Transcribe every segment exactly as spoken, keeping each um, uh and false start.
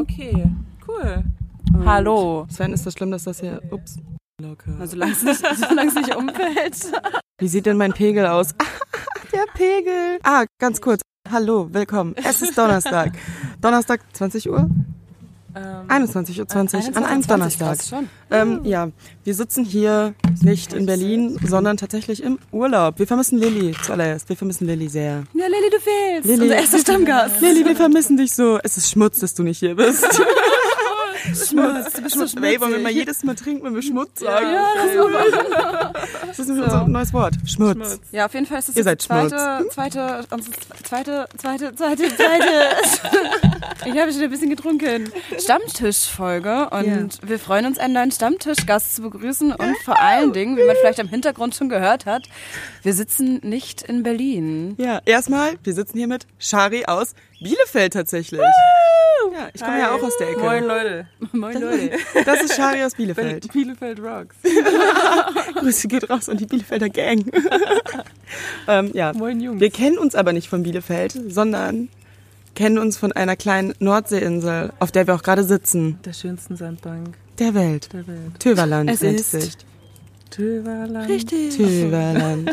Okay, cool. Und Hallo. Sven, ist das schlimm, dass das hier... Ups. Locker. Also solange es nicht, solange es nicht umfällt. Wie sieht denn mein Pegel aus? Der Pegel. Ah, ganz kurz. Hallo, willkommen. Es ist Donnerstag. Donnerstag, zwanzig Uhr? Ähm, einundzwanzig Uhr zwanzig an einem Donnerstag. Schon. Ähm, ja, wir sitzen hier nicht in Berlin, sondern tatsächlich im Urlaub. Wir vermissen Lilly zuallererst. Wir vermissen Lilly sehr. Ja, Lilly, du fehlst. Lilly, unser erster Stammgast. Lilly, wir vermissen dich so. Es ist Schmutz, dass du nicht hier bist. Schmutz, du bist so schmutzig. Ey, wollen wir mal jedes Mal trinken, wenn wir Schmutz sagen? Ja, das ist aber Das ist unser neues Wort. Schmutz. Schmutz. Ja, auf jeden Fall ist das Ihr jetzt seid zweite, zweite, unsere zweite, zweite, zweite, zweite. Ich habe schon ein bisschen getrunken. Stammtischfolge und Yeah. wir freuen uns, einen neuen Stammtischgast zu begrüßen und vor allen Dingen, wie man vielleicht am Hintergrund schon gehört hat, wir sitzen nicht in Berlin. Ja, erstmal, wir sitzen hier mit Shari aus Bielefeld tatsächlich. Ja, ich komme ja auch aus der Ecke. Moin Leute. Moin Leute. Das ist Shari aus Bielefeld. Bielefeld rocks. Grüße geht raus an die Bielefelder Gang. ähm, ja. Moin Jungs. Wir kennen uns aber nicht von Bielefeld, sondern kennen uns von einer kleinen Nordseeinsel, auf der wir auch gerade sitzen. Der schönsten Sandbank Der Welt. der Welt. Töverland Es nennt ist- es sich. Töverland. Richtig. Töverland.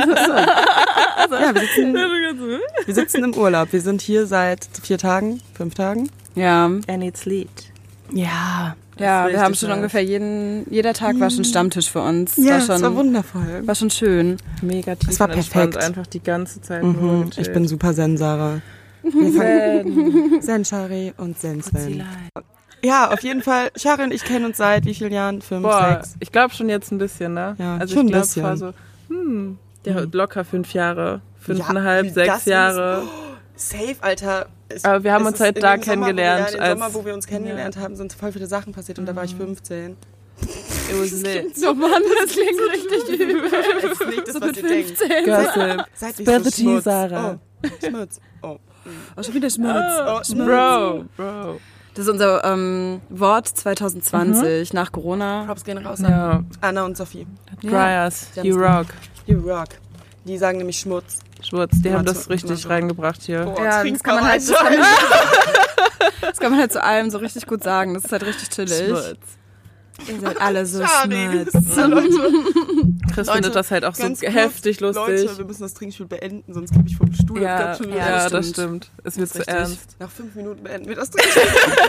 Was? Ja, wir sitzen, wir sitzen im Urlaub. Wir sind hier seit vier Tagen, fünf Tagen. Ja, And it's lit. Ja. ja, wir richtig haben schon nice. ungefähr jeden, jeder Tag war schon Stammtisch für uns. Ja, war es schon, war wundervoll. war schon schön. Mega tief Es war und entspannt, perfekt. einfach die ganze Zeit nur Mhm, gechillt. ich bin super Zen, Sarah. Wir fangen Zen Shari und Zen Sven. Ja, auf jeden Fall. Shari und ich kennen uns seit wie vielen Jahren? Fünf, Boah, sechs? ich glaube schon jetzt ein bisschen, ne? Ja, also schon ich ein glaube, bisschen. war so, hm, ja, Mhm. locker fünf Jahre, Ja, fünfeinhalb, wie das sechs ist- Jahre. Safe, Alter. Es- Aber wir haben es uns ist halt in da dem Sommer, kennengelernt, Wo wir, ja, als- im Sommer, wo wir uns kennengelernt haben, sind voll viele Sachen passiert und da war ich fünfzehn. It was lit. So Mann, das klingt richtig übel. Es ist nicht das, So was mit ihr denkt. fünfzehn. Gossip. Seid nicht Spill so the tea, Schmutz. Sarah. Oh, Schmutz. Oh. Oh, schon wieder Schmutz. Oh, Bro, bro. Das ist unser ähm, Wort zwanzig zwanzig nach Corona. Props gehen raus an Ja, Anna und Sophie. Dryers, Die you haben's rock. You rock. Die sagen nämlich Schmutz. Schwurz, die Immer haben zu- das immer richtig so. reingebracht hier. Boah, Ja, trink das kann man mal halt- einen das kann man- Scheiß. Das kann man halt zu allem so richtig gut sagen. Das ist halt richtig chillig. Schwurz. Ihr seid alle so Schade. schmutz. Leute, Chris Leute, findet das halt auch so ganz kurz, heftig lustig. Leute, wir müssen das Trinkspiel beenden, sonst kippe ich vom Stuhl. ja, Das kann schon wieder- ja, das das stimmt. stimmt. Es wird Das zu ist richtig. ernst. Nach fünf Minuten beenden wir das Trinkspiel.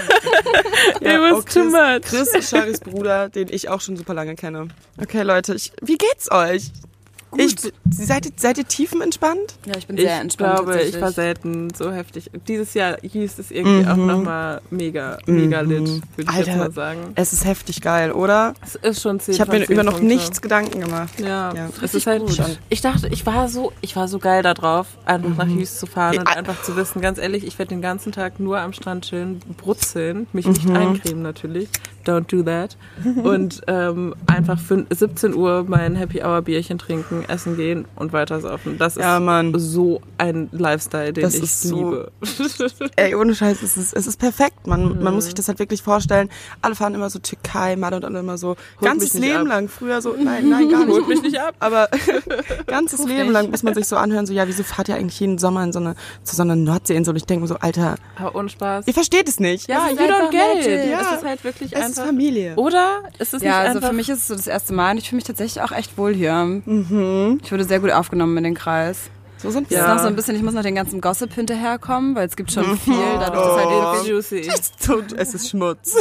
It was Chris, too much. Chris ist Charis Bruder, den ich auch schon super lange kenne. Okay, Leute, ich, wie geht's euch? Ich, seid, ihr, seid ihr tiefenentspannt? Ja, ich bin Ich sehr entspannt. glaube, ich tatsächlich. war selten so heftig. Dieses Jahr hieß es irgendwie Mhm. auch nochmal mega, mega Mhm. lit, würde ich Alter. jetzt mal sagen. Es ist heftig geil, oder? Es ist schon zehn Ich habe von mir zehn über noch Punkte. nichts Gedanken gemacht. Ja, Ja, es richtig ist halt gut. gut. Ich dachte, ich war so, ich war so geil da drauf, einfach Mhm. nach Hughes zu fahren und Ja. einfach zu wissen, ganz ehrlich, ich werde den ganzen Tag nur am Strand chillen, brutzeln, mich nicht Mhm. eincremen natürlich, don't do that, und ähm, einfach für siebzehn Uhr mein Happy Hour Bierchen trinken, essen gehen und weiter saufen. Das ist Ja, Mann. so ein Lifestyle, den Das ich ist so- liebe. Ey, ohne Scheiß, es ist, es ist perfekt. Man, Mhm. man muss sich das halt wirklich vorstellen. Alle fahren immer so Türkei, Malle und alle immer so. ganzes mich nicht Leben ab. lang. Früher so, nein, nein, gar nicht. Holt mich nicht ab. Aber ganzes Guck Leben nicht. lang muss man sich so anhören, so, ja, wieso fahrt ihr eigentlich jeden Sommer in so eine, zu so einer Nordseeinsel? Und ich denke mir so, Alter, Aber ohne Spaß. ihr versteht es nicht. Ja, Es ist you don't einfach get it. magic. Ja. Es ist halt wirklich Es ist einfach. Familie. Oder ist es Ja, nicht also einfach... für mich ist es so das erste Mal und ich fühle mich tatsächlich auch echt wohl hier. Mhm. Ich wurde sehr gut aufgenommen in den Kreis. So sind Es wir. ist Ja. noch so ein bisschen, ich muss noch den ganzen Gossip hinterherkommen, weil es gibt schon viel, dadurch, dass halt Oh. wirklich juicy. So, es ist Schmutz.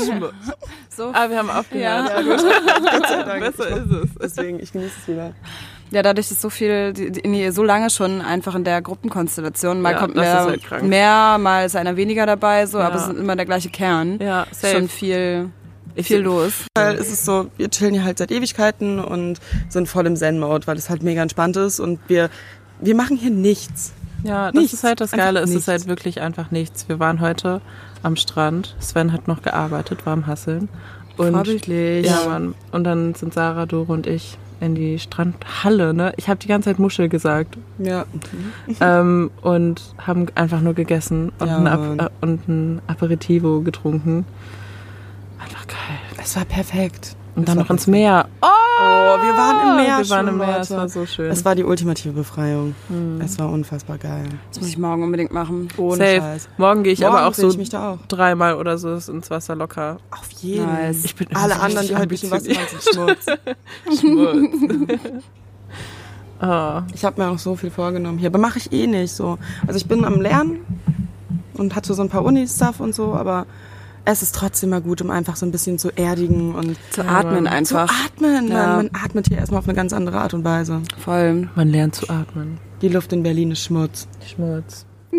so Ah, wir haben aufgehört. Ja. Ja, gut. Gott sei Dank. Besser ist es. Deswegen, ich genieße es wieder. Ja, dadurch ist so viel, die, die, nee, so lange schon einfach in der Gruppenkonstellation. Mal Ja, kommt das mehr, ist halt krank. mehr, mal ist einer weniger dabei, so, Ja. aber es ist immer der gleiche Kern. Ja, Ist safe. schon viel, Ich- viel los. Weil es ist so, wir chillen hier halt seit Ewigkeiten und sind voll im Zen-Mode, weil es halt mega entspannt ist und wir, wir machen hier nichts. Ja, das Nichts. ist halt das Einfach Geile. Es nichts. ist halt wirklich einfach nichts. Wir waren heute am Strand. Sven hat noch gearbeitet, war am Hasseln. Und Vorbildlich. ja, Mann. Und dann sind Sarah, Doro und ich in die Strandhalle, ne? Ich habe die ganze Zeit Muschel gesagt. Ja. ähm, und haben einfach nur gegessen und, Ja, ein, Mann. Ap äh, und ein Aperitivo getrunken. Einfach geil. Es war perfekt. Und Es dann war noch ins perfekt. Meer. Oh, wir waren im Meer Wir waren im schon, Meer, es Leute. war so schön. Es war die ultimative Befreiung. Hm. Es war unfassbar geil. Das muss ich morgen unbedingt machen. Ohne Safe. Scheiß. Morgen gehe ich Morgen aber auch seh so ich mich da auch. dreimal oder so ins Wasser locker. Auf jeden. Nice. Ich bin immer Alle so anderen, die heute richtig durch den Wasser waren, sind Schmutz. Schmutz. Oh. Ich habe mir auch so viel vorgenommen hier, aber mache ich eh nicht so. Also ich bin am Lernen und hatte so ein paar Uni-Stuff und so, aber es ist trotzdem mal gut, um einfach so ein bisschen zu erdigen und Zu atmen Ja, einfach. zu atmen. Ja. Man, man atmet hier erstmal auf eine ganz andere Art und Weise. Voll. Man lernt zu atmen. Die Luft in Berlin ist Schmutz. Schmutz. Wir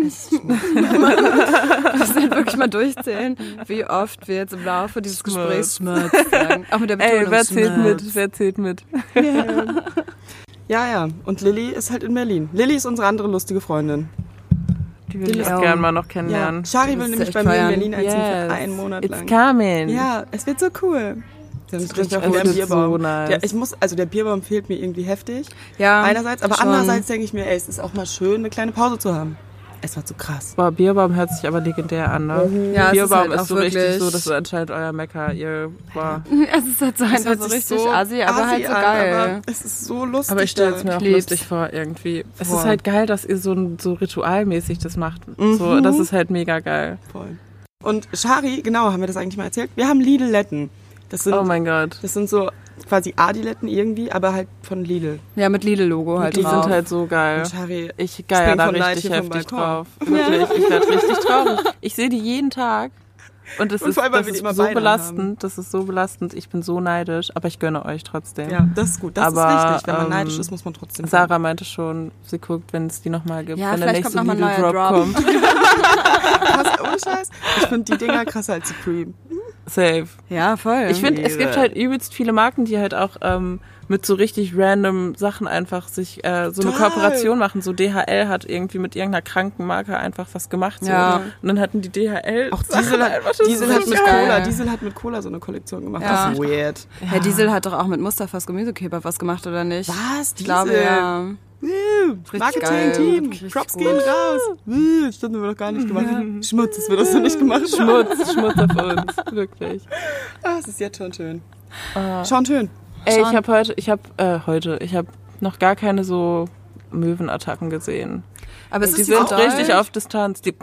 müssen wirklich mal durchzählen, wie oft wir jetzt im Laufe dieses Schmutz. Gesprächs Schmutz sagen. Auch mit der Betonung Ey, wer zählt Schmutz. mit? Wer zählt mit? Ja, ja. Und Lilly ist halt in Berlin. Lilly ist unsere andere lustige Freundin. Die will ich Ja. gerne mal noch Ja. kennenlernen. Shari Das will ist nämlich echt bei mir in feiern. Berlin einziehen Yes. für einen Monat It's lang. coming. Ja, es wird so cool. Dann Das trifft wird auch in der so Bierbaum. nice. Der, ich muss, also der Bierbaum fehlt mir irgendwie heftig. Ja, Einerseits, aber schon. andererseits denke ich mir, ey, es ist auch mal schön, eine kleine Pause zu haben. Es war zu krass. Boah, Bierbaum hört sich aber legendär an, ne? Ja, es ist Bierbaum halt ist, auch so richtig wirklich- so, das ist anscheinend euer Mecker. Ihr, boah. Es ist halt so Es einfach hört so sich richtig so assi, aber halt so assi an, geil. aber es ist so lustig. Aber ich stelle es da. mir auch lieb's. lustig vor, irgendwie. Es Voll. ist halt geil, dass ihr so, so ritualmäßig das macht. Mhm. So, das ist halt mega geil. Voll. Und Shari, genau, haben wir das eigentlich mal erzählt? Wir haben Lidl-Letten. Das sind, Oh mein Gott. das sind so quasi Adiletten irgendwie, aber halt von Lidl. Ja, mit Lidl-Logo halt Die drauf. sind halt so geil. Und Shari, Ich geier spring da von Neid richtig hier vom heftig Balkon. drauf. Wirklich, ich werde richtig traurig. Ich sehe die jeden Tag. Und das Und ist, vor allem, weil das wir die ist immer so beide belastend. haben. Das ist so belastend. Ich bin so neidisch, aber ich gönne euch trotzdem. ja, das ist gut. Das Aber, ist wichtig. Wenn man ähm, neidisch ist, muss man trotzdem. Sarah meinte schon, sie guckt, wenn es die nochmal gibt. Ja, wenn der vielleicht nächste kommt noch mal ein Lidl neuer Drop Drop. kommt. Krass, ohne Scheiß. Ich finde die Dinger krasser als Supreme. Safe. Ja, voll. Ich finde, es gibt halt übelst viele Marken, die halt auch ähm, mit so richtig random Sachen einfach sich äh, so eine Total. Kooperation machen. So D H L hat irgendwie mit irgendeiner kranken Marke einfach was gemacht. So. Ja. Und dann hatten die D H L Auch Sachen Diesel hat, einfach, das Diesel ist hat so mit geil. Cola, Diesel hat mit Cola so eine Kollektion gemacht. Ja. Das ist weird. Herr Diesel hat doch auch mit Mustafas Gemüsekebab was gemacht, oder nicht? Was? Ich glaube, ja. Marketing-Team, Richtig Props gut. gehen raus. Uh, Das haben wir doch gar nicht gemacht. Schmutz, das wird das noch nicht gemacht. Schmutz, Schmutz auf uns, wirklich. Ah, es ist jetzt schon schön. Ah. Schon schön. Ey, ich Schon. habe heute, ich habe äh, heute, ich habe noch gar keine so Möwenattacken gesehen. Aber es Die ist sind so richtig doll. auf Distanz. Die,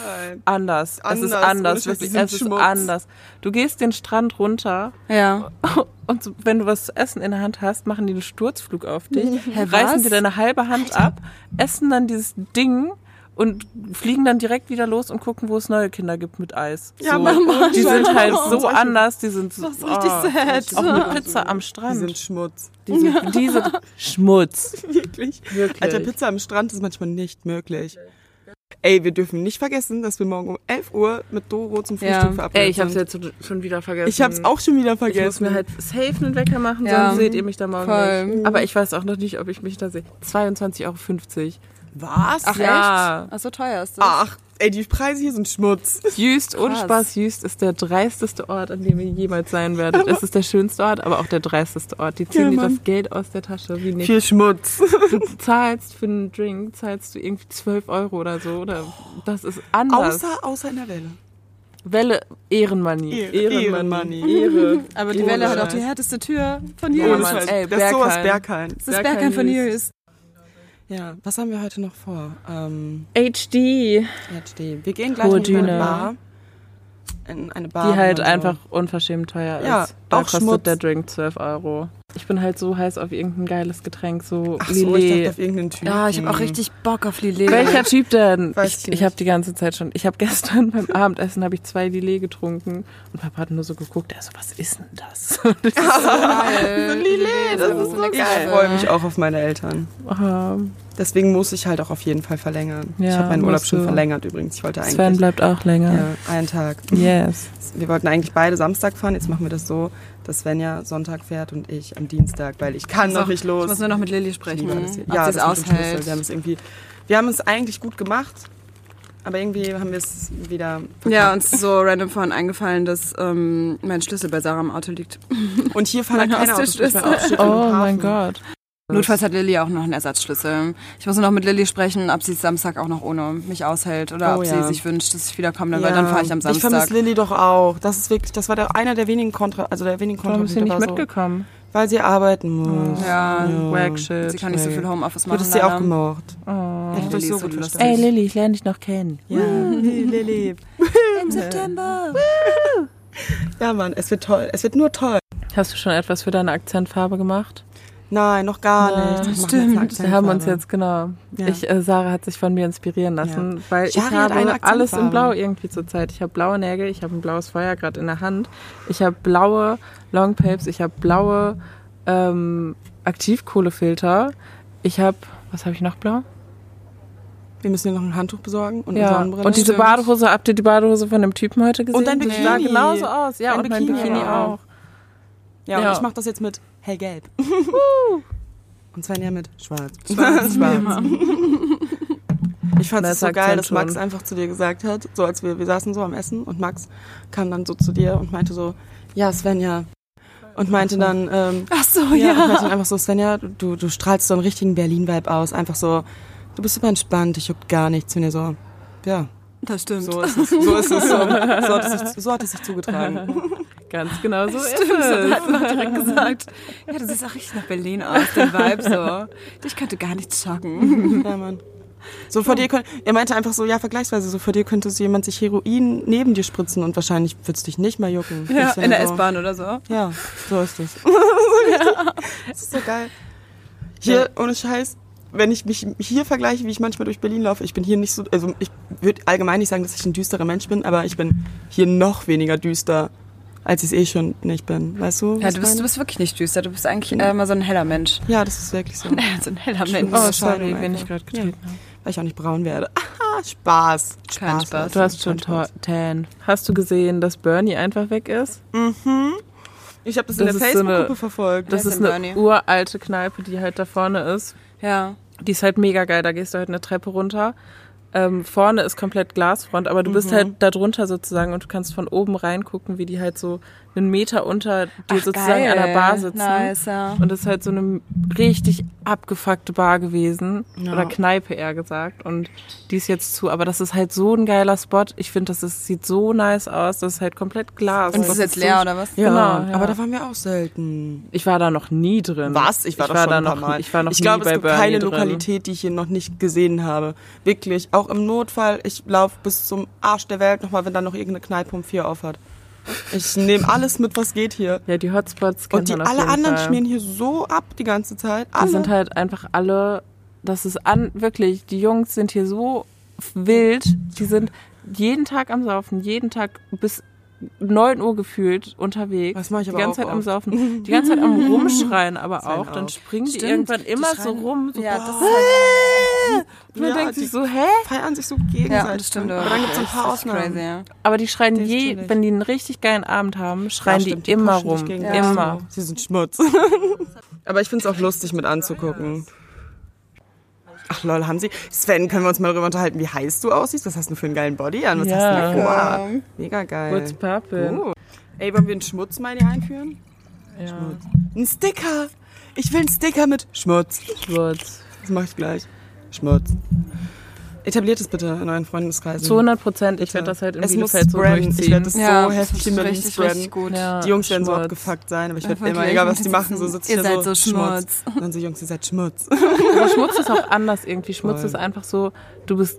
anders. Es ist Anders, anders. ohne Scheiß, die Wirklich, sind es ist Schmutz. anders. Du gehst den Strand runter Ja. und so, wenn du was zu essen in der Hand hast, machen die einen Sturzflug auf dich, Hä, reißen was? dir deine halbe Hand ab, essen dann dieses Ding und fliegen dann direkt wieder los und gucken, wo es neue Kinder gibt mit Eis. Ja, so. Mama, Die sind Scheiße. halt Und so solche- anders, die sind so, Das ist richtig sad. auch eine Pizza am Die Strand. sind Schmutz. Die sind, die sind Schmutz. Wirklich. Wirklich. Alter, Pizza am Strand ist manchmal nicht möglich. Ey, wir dürfen nicht vergessen, dass wir morgen um elf Uhr mit Doro zum Frühstück Ja. verabredet Ey, ich hab's sind. jetzt schon wieder vergessen. Ich hab's auch schon wieder Ich vergessen. muss mir halt safe einen Wecker machen, Ja. sonst seht ihr mich da morgen Voll. nicht. Aber ich weiß auch noch nicht, ob ich mich da sehe. zweiundzwanzig Euro fünfzig. Was? Ach, Ja. echt? Ach, so teuer ist das. Ach, ey, die Preise hier sind Schmutz. Jüst, ohne Krass. Spaß, Jüst ist der dreisteste Ort, an dem ihr jemals sein werdet. Es ist der schönste Ort, aber auch der dreisteste Ort. Die ziehen Ja, dir Mann. das Geld aus der Tasche, wie nicht. Viel Schmutz. Du zahlst für einen Drink, zahlst du irgendwie zwölf Euro oder so. Oder das ist anders. Außer, außer in der Welle. Welle, Ehrenmoney. Ehre- Ehrenmoney. Ehrenmoney. Ehre. Aber die Ohne Welle hat auch Scheiß. die härteste Tür von Ja, hier. Ohne Mann. Scheiß. Ey, Das ist sowas Berghain. Berghain. Das ist Berghain Berghain von News. hier ist. Ja, was haben wir heute noch vor? Ähm, H D. H D. Wir gehen gleich Hohe in eine Düne. Bar. In eine Bar. Die halt wo man einfach unverschämt teuer Ja, ist. Da auch kostet Schmutz. der Drink zwölf Euro. Ich bin halt so heiß auf irgendein geiles Getränk, so Ach so, ich Lillet. dachte auf irgendeinen Typ. Ja, ich habe auch richtig Bock auf Lillet. Welcher Typ denn? Weiß Ich, ich ich habe die ganze Zeit schon. Ich habe gestern beim Abendessen habe ich zwei Lillet getrunken und Papa hat nur so geguckt. Er so, was ist denn das? Und ich so, geil. Lillet, das einfach ist so next geil. Ich level. freue mich auch auf meine Eltern. aha, Deswegen muss ich halt auch auf jeden Fall verlängern. Ja, ich habe meinen Urlaub musst schon du. verlängert übrigens. Ich wollte Sven eigentlich bleibt auch länger. ja, einen Tag. Yes. Wir wollten eigentlich beide Samstag fahren. Jetzt machen wir das so, dass Svenja Sonntag fährt und ich am Dienstag, weil ich kann noch nicht los. Ich muss nur noch mit Lilly sprechen. Wie war das hier? Ob Ja, sie es das mit dem Schlüssel. aushält. Wir haben es irgendwie, wir haben es eigentlich gut gemacht, aber irgendwie haben wir es wieder verkackt. Ja, uns ist so random vorhin eingefallen, dass ähm, mein Schlüssel bei Sarah im Auto liegt. Und hier fahren Mein halt keine Autos nicht mehr auf. Steht Oh im Hafen. mein Gott. Notfalls hat Lilly auch noch einen Ersatzschlüssel. Ich muss nur noch mit Lilly sprechen, ob sie es Samstag auch noch ohne mich aushält oder Oh ob ja. sie sich wünscht, dass ich wiederkomme, weil Ja. dann fahre ich am Ich vermisse Samstag. Lilly doch auch. Das ist wirklich, das war der, einer der wenigen Kontra, also der wenigen Warum ist sie Kontrapunkte. nicht war so, mitgekommen? Weil sie arbeiten muss. Ja, Ja. Wack shit. sie kann nicht so viel Homeoffice machen. Wird es sie auch leider. gemocht. Oh. Hätte ich Lilly so ist so gut lustig. verstanden. Ey Lilly, ich lerne dich noch kennen. Ja, Lilly. Im September. Ja, Mann, es wird toll. Es wird nur toll. Hast du schon etwas für deine Akzentfarbe gemacht? Nein, noch gar Ja, nicht. Ich mach jetzt stimmt. eine Wir haben uns Akzentfarbe. jetzt, genau. Ja. Ich, äh, Sarah hat sich von mir inspirieren lassen, Ja. weil Shari ich hat eine habe alles in Akzentfarbe. Blau irgendwie zurzeit. Ich habe blaue Nägel, ich habe ein blaues Feuer gerade in der Hand, ich habe blaue Longpapes, ich habe blaue ähm, Aktivkohlefilter, ich habe, was habe ich noch blau? Wir müssen dir noch ein Handtuch besorgen und eine Ja, Sonnenbrille. und diese Badehose, habt ihr die Badehose von dem Typen heute gesehen? Und dein Die Bikini. sah genauso aus, ja, Dein und mein Bikini Bikini auch. auch. Ja, und Ja. ich mach das jetzt mit hellgelb. Und Svenja mit schwarz. Schwarz, schwarz. Ich fand es Das so sagt geil, schon dass Max schon. einfach zu dir gesagt hat, so als wir, wir saßen so am Essen und Max kam dann so zu dir und meinte so, ja, Svenja. Und meinte dann, ähm, Ach so, ja, ja. und meinte dann einfach so, Svenja, du, du strahlst so einen richtigen Berlin-Vibe aus. Einfach so, du bist super entspannt, ich juckt gar nichts. Und ihr so, ja, Das stimmt. so ist es. So ist es. So, so, hat, es sich, so hat es sich zugetragen. Ganz genau so ist Stimmt, das hat es. er einfach direkt gesagt. Ja, du siehst auch richtig nach Berlin aus, der Vibe so. Ich könnte gar nicht joggen. Ja, Mann. So vor dir könnte, er meinte einfach so, ja, vergleichsweise, so vor dir könnte so jemand sich Heroin neben dir spritzen und wahrscheinlich würde es dich nicht mal jucken. Ja, Ich in der so, S-Bahn oder so. Ja, so ist es. Das ist so geil. Hier, ohne Scheiß, wenn ich mich hier vergleiche, wie ich manchmal durch Berlin laufe, ich bin hier nicht so, also ich würde allgemein nicht sagen, dass ich ein düsterer Mensch bin, aber ich bin hier noch weniger düster, als ich es eh schon nicht bin. Weißt du? Ja, was du ich bist, du meine? bist wirklich nicht düster. Du bist eigentlich äh, immer so ein heller Mensch. Ja, das ist wirklich so. So ein heller Mensch. Oh, Unterscheidung sorry, wenn ich einfach. gerade getreten habe. Weil ich auch nicht braun werde. Aha, Spaß. Kein Spaß. Du hast schon Kein Spaß. to- Tan. Hast du gesehen, dass Bernie einfach weg ist? Ich habe das in Das der ist so eine- Facebook-Gruppe verfolgt. Das Wer ist ist denn eine Bernie? uralte Kneipe, die halt da vorne ist. Ja. Die ist halt mega geil. Da gehst du halt eine Treppe runter. Ähm, vorne ist komplett Glasfront, aber du bist halt da drunter sozusagen und du kannst von oben reingucken, wie die halt so einen Meter unter dir Ach, sozusagen geil. an der Bar sitzen. Nice, ja. Und das ist halt so eine richtig abgefuckte Bar gewesen. Ja. Oder Kneipe eher gesagt. Und die ist jetzt zu. Aber das ist halt so ein geiler Spot. Ich finde, das ist, sieht so nice aus. Das ist halt komplett Glas. Und es ist jetzt leer, oder was? Ja, Genau, ja. aber da waren wir auch selten. Ich war da noch nie drin. Was? Ich war ich doch war schon da ein paar noch, Mal. Ich war noch ich nie glaube, bei es gibt Bernie keine drin. Lokalität, die ich hier noch nicht gesehen habe. Wirklich. Auch im Notfall, ich laufe bis zum Arsch der Welt nochmal, wenn da noch irgendeine Kneipe um vier auf hat. Ich nehme alles mit, was geht hier. Ja, die Hotspots kennt Und die man auf alle jeden anderen Fall. schmieren hier so ab die ganze Zeit. Die Alle. sind halt einfach alle, das ist an, wirklich, die Jungs sind hier so wild, die sind jeden Tag am Saufen, jeden Tag bis neun Uhr gefühlt unterwegs. Das mach ich aber Die ganze auch Zeit am oft. Saufen, die ganze Zeit am Rumschreien aber Sven auch. Dann auch. springen die Stimmt, irgendwann die immer so schreien- rum. So, Ja, boah. das ist halt, Man Ja, denkt die sich so, hä? feiern sich so gegenseitig. ja, das stimmt. Aber dann gibt es ein paar Das ist Ausnahmen. crazy, ja. Aber die schreien Die ist je, chillig. wenn die einen richtig geilen Abend haben, schreien Ja, stimmt, die immer pushen dich rum. gegenseitig. Immer. Sie sind Schmutz. Aber ich finde es auch lustig mit anzugucken. Ach lol, haben sie... Sven, können wir uns mal darüber unterhalten, wie heiß du aussiehst? Was hast du für einen geilen Body an? Was Ja. hast du denn vor? Mega geil. What's poppin'? Oh. Ey, wollen wir einen Schmutzmiley einführen? Ja. Ein Sticker! Ich will einen Sticker mit Schmutz. Schwarz. Das mache ich gleich. Schmutz. Etabliert es bitte in euren Freundeskreisen. Zu hundert Prozent. Ich werde das halt in Es muss Bielefeld so spreaden. Ich durchziehen. werde das Ja, so das heftig ist in Berlin richtig, spreaden. richtig gut. Ja. Die Jungs werden so Schmutz. abgefuckt sein, aber ich Ja, werde wirklich. immer, egal was die machen, so sitze ich Ihr da seid so, so Schmutz. Und dann so, Jungs, ihr seid Schmutz. Aber Schmutz ist auch anders irgendwie. Schmutz Voll. ist einfach so, du bist,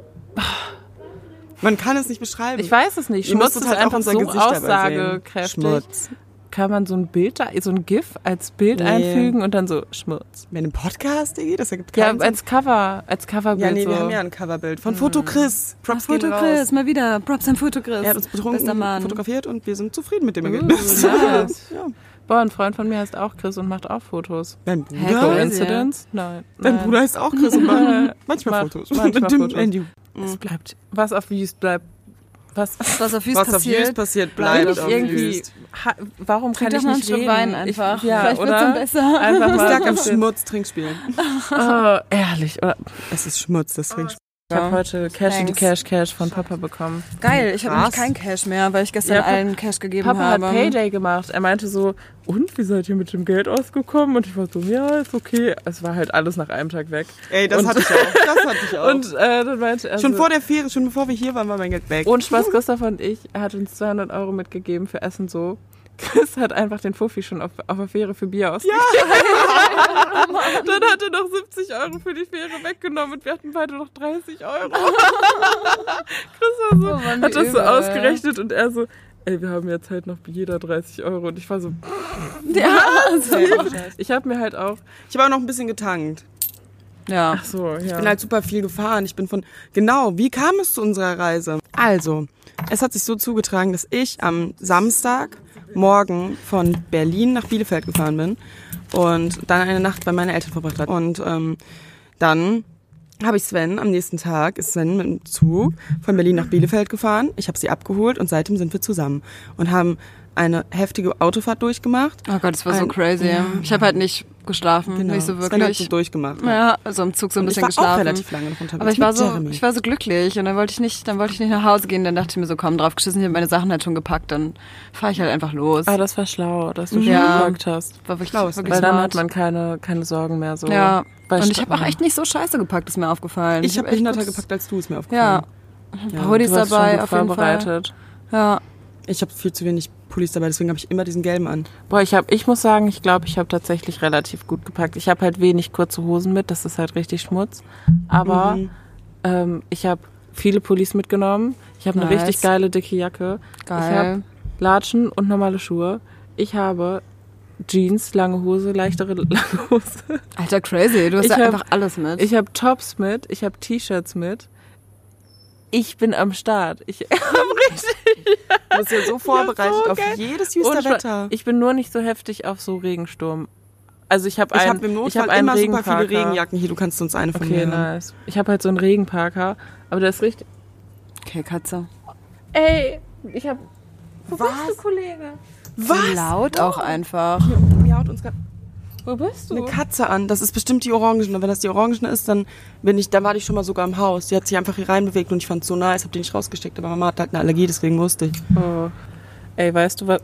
Man kann es nicht beschreiben. ich weiß es nicht. Ihr Schmutz müsstet ist halt auch einfach unser so Gesicht dabei sehen. aussagekräftig. Schmutz. Kann man so ein Bild, da, so ein GIF als Bild Nee. einfügen und dann so Schmutz. Wenn im Podcast, Digi, das ergibt Ja, keinen Sinn. als Cover, als Coverbild Ja, nee, so. wir haben ja ein Coverbild von Foto Chris. Props gehen Foto raus. Chris, mal wieder. Props an Foto Chris. Er hat uns Bester betrunken Mann. fotografiert und wir sind zufrieden mit dem Uh, Ergebnis. nice. Ja. Boah, ein Freund von mir heißt auch Chris und macht auch Fotos. Dein Hä, Bruder? cool. Coincidence? Nein. Dein Nein. Bruder heißt auch Chris und macht manchmal Macht Fotos. manchmal mit dem Fotos. Handy. Es bleibt, was auf Views bleibt, was Was auf Views Was auf passiert. Views passiert, bleibt bleibt auf irgendwie, Views. ha, warum kann Trink ich doch mal einen nicht Schluck reden? Wein einfach. Ich, ja, Vielleicht wird's oder? dann besser. Einfach Es mal lag am so- Schmutz Trinkspielen. Oh, ehrlich, oder? Es ist Schmutz, das Trinkspiel. Ich habe heute Cash in die Thanks. Cash Cash von Papa bekommen. Geil, ich habe Krass. nämlich keinen Cash mehr, weil ich gestern Ja, Pa- allen Cash gegeben Papa hat habe. Payday gemacht. Er meinte so, und, wie seid ihr mit dem Geld ausgekommen? Und ich war so, ja, ist okay. Es war halt alles nach einem Tag weg. Ey, das Und- hatte ich auch. Das hatte ich auch. Und äh, dann meinte er schon so, vor der Ferie, schon bevor wir hier waren, war mein Geld weg. ohne Spaß, Gustav und ich, er hat uns zweihundert Euro mitgegeben für Essen so. Chris hat einfach den Fuffi schon auf, auf der Fähre für Bier ausgegeben. Ja. Dann hat er noch siebzig Euro für die Fähre weggenommen und wir hatten beide noch dreißig Euro. Chris war so, Oh Mann, wie hat das so übel. ausgerechnet und er so, ey, wir haben jetzt halt noch jeder dreißig Euro. Und ich war so, Ja, so. ich habe mir halt auch, Ich habe auch noch ein bisschen getankt. ja. ach so, ja. Ich bin halt super viel gefahren. Ich bin von, genau, wie kam es zu unserer Reise? Also, es hat sich so zugetragen, dass ich am Samstagmorgen von Berlin nach Bielefeld gefahren bin und dann eine Nacht bei meinen Eltern verbracht habe. Und ähm, dann habe ich Sven, am nächsten Tag ist Sven mit dem Zug von Berlin nach Bielefeld gefahren. Ich habe sie abgeholt und seitdem sind wir zusammen und haben eine heftige Autofahrt durchgemacht. Oh Gott, das war so Ein- crazy. Ja. Ich habe halt nicht geschlafen, Genau. nicht so Sven hat wirklich. so durchgemacht. Ja, also im Zug so ein Und ich bisschen war geschlafen. auch relativ lange noch unterwegs Aber ich war mit so, Jeremy. ich war so glücklich und dann wollte ich nicht, dann wollte ich nicht nach Hause gehen. Dann dachte ich mir so, komm, drauf geschissen, ich habe meine Sachen halt schon gepackt, dann fahre ich halt einfach los. Ah, das war schlau, dass du schon Ja. gesagt hast. war wirklich, schlau ist wirklich Weil dann smart. hat man keine, keine Sorgen mehr. So. Ja, Bei und ich Sta- habe auch echt nicht so scheiße gepackt, ist mir aufgefallen. ich habe echt behinderter gut- gepackt als du, ist mir Ja, aufgefallen. ein Ja. paar Hoodies Du warst dabei, schon gut auf jeden Fall. vorbereitet. Ja, Ich habe viel zu wenig Pullis dabei, deswegen habe ich immer diesen gelben an. Boah, ich hab, ich muss sagen, ich glaube, ich habe tatsächlich relativ gut gepackt. Ich habe halt wenig kurze Hosen mit, das ist halt richtig Schmutz. Aber Mhm. ähm, ich habe viele Pullis mitgenommen. Ich habe eine Nice. richtig geile, dicke Jacke. Ich geil. habe Latschen und normale Schuhe. Ich habe Jeans, lange Hose, leichtere lange Hose. Alter, crazy, du hast Ich ja hab- einfach alles mit. Ich habe Tops mit, ich habe T-Shirts mit. Ich bin am Start. Ich habe richtig Du bist ja so vorbereitet so auf geil. jedes düster Wetter. Ich bin nur nicht so heftig auf so Regensturm. Also ich habe Ich einen, habe im ich Notfall hab einen immer super Regenparker. viele Regenjacken. Hier, du kannst uns eine von Okay, mir haben. nice. Ich habe halt so einen Regenparker, aber der ist richtig. okay, Katze. Ey, ich habe. Wo Was? bist du, Kollege? So laut auch einfach. Mir haut uns gerade Wo bist du? eine Katze an. Das ist bestimmt die Orangene. Und wenn das die Orangene ist, dann bin ich, dann war die schon mal sogar im Haus. Die hat sich einfach hier reinbewegt und ich fand es so nice. Hab die nicht rausgesteckt, aber Mama hat halt eine Allergie, deswegen musste ich. Oh. Ey, weißt du was?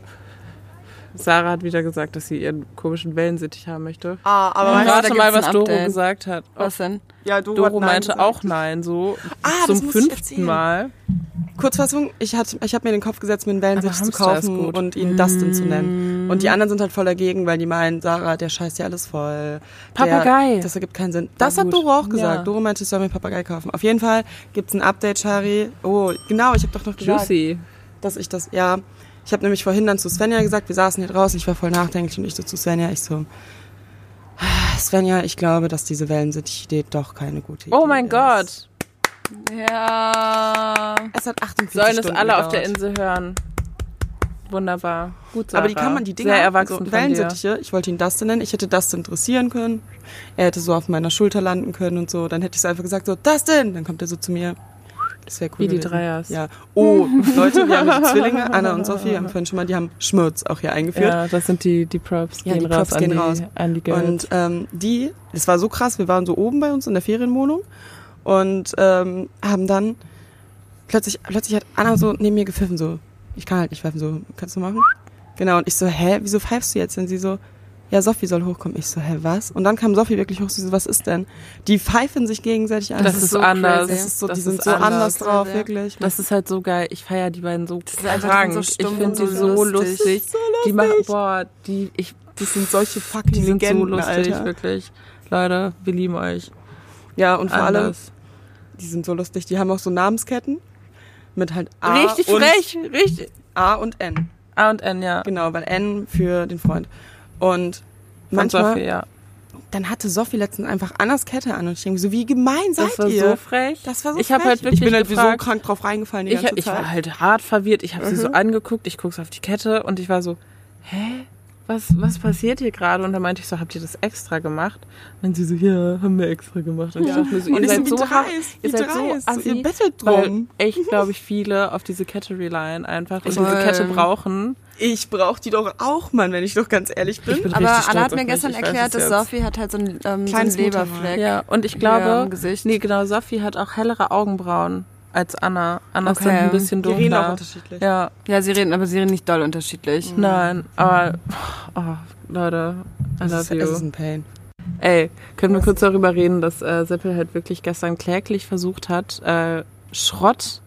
Sarah hat wieder gesagt, dass sie ihren komischen Wellensittich haben möchte. Ah, aber Ja, weißt da Rate gibt's mal, ein was Doro Update. gesagt hat. Was denn? du, ja, Doro, Doro hat nein meinte gesagt. auch nein, so Ah, das zum muss ich fünften erzählen. Mal. Kurzfassung, ich, hat, ich habe mir in den Kopf gesetzt, mir einen Wellensittich Aber zu Hamster ist kaufen gut. und ihn Dustin zu nennen. Und die anderen sind halt voll dagegen, weil die meinen, Sarah, der scheißt ja alles voll. Papagei. Der, das ergibt keinen Sinn. Das hat gut. Doro auch gesagt. Ja. Doro meinte, ich soll mir einen Papagei kaufen. Auf jeden Fall gibt's ein Update, Shari. Oh, genau, ich habe doch noch gesagt, Juicy. dass ich das, ja... Ich habe nämlich vorhin dann zu Svenja gesagt, wir saßen hier draußen, ich war voll nachdenklich und ich so zu Svenja, ich so... Svenja, ich glaube, dass diese Wellensittich-Idee doch keine gute Idee ist. Oh mein Gott. Ja. Es hat achtundvierzig Sollen es Stunden alle auf der gedauert. Insel hören. Wunderbar. Gut, Sarah. Aber die kann man, die Dinger, Sehr erwachsen so von dir. Wellensittiche, ich wollte ihn Dustin nennen, ich hätte Dustin dressieren können, er hätte so auf meiner Schulter landen können und so, dann hätte ich so einfach gesagt, so, Dustin, dann kommt er so zu mir. Das wäre cool Wie die gewesen. Dreiers. Ja. Oh, Leute, wir haben hier die Zwillinge, Anna und Sophie, haben vorhin schon mal, die haben Schmutz auch hier eingeführt. Ja, das sind die, die Props. Ja, gehen die Props raus gehen an raus. die, an die Girls. Und ähm, die, das war so krass, wir waren so oben bei uns in der Ferienwohnung und ähm, haben dann plötzlich, plötzlich hat Anna so neben mir gepfiffen, so, ich kann halt nicht pfeifen, so, kannst du machen? Genau, und ich so, hä, wieso pfeifst du jetzt? Und sie so, ja, Sophie soll hochkommen. Ich so, hä, was? Und dann kam Sophie wirklich hoch, sie so, was ist denn? Die pfeifen sich gegenseitig an. Das ist so anders. Das ist so, Das die sind ist so anders. anders drauf, Ja. wirklich. Das ist halt so geil. Ich feiere die beiden so ist einfach krank. so Ich stumpf finde und die so so lustig. lustig. So Die machen, lustig. boah, die, ich, Das sind solche fucking die sind Legenden, so lustig, Alter. wirklich. Leute, wir lieben euch. Ja, und vor allem, Anders. die sind so lustig, die haben auch so Namensketten mit halt A Richtig und frech, richtig. A und N. A und N, ja. Genau, weil N für den Freund. Und Von manchmal, Sophie, ja. dann hatte Sophie letztens einfach Annas Kette an und ich denke so, wie gemein seid Das war ihr? so frech. Das war so Ich habe frech. halt wirklich ich bin halt wie so gefragt, krank drauf reingefallen die ich, ganze ich Zeit. war halt hart verwirrt. Ich habe sie so Mhm. angeguckt, ich guck's auf die Kette und ich war so, hä? Was, was passiert hier gerade? Und dann meinte ich so, habt ihr das extra gemacht? Und sie so, ja, haben wir extra gemacht. Und ich dachte mir so, Und ihr ich so, seid wie so dreist, hart, wie ihr seid so dreist. So, assi, ihr bettelt weil drum. echt, glaube ich, viele auf diese Kette relyen einfach und Voll. diese Kette brauchen. Ich brauch die doch auch, Mann, wenn ich doch ganz ehrlich bin. Ich bin Aber richtig Anna hat stolz mir auf mich, gestern ich weiß erklärt, es dass jetzt. Sophie hat halt so einen, ähm, so einen Kleines Muttermal. Leberfleck. Ja, und ich Hier glaube, am Gesicht. nee, genau, Sophie hat auch hellere Augenbrauen als Anna. Anna ist Okay. halt ein bisschen Die reden auch dunkler. unterschiedlich. Ja, Ja, sie reden, aber sie reden nicht doll unterschiedlich. nein, aber, oh, Leute, I Es love ist, es ist you. ein Pain. Ey, können wir kurz darüber reden, dass äh, Seppel halt wirklich gestern kläglich versucht hat, äh, Schrott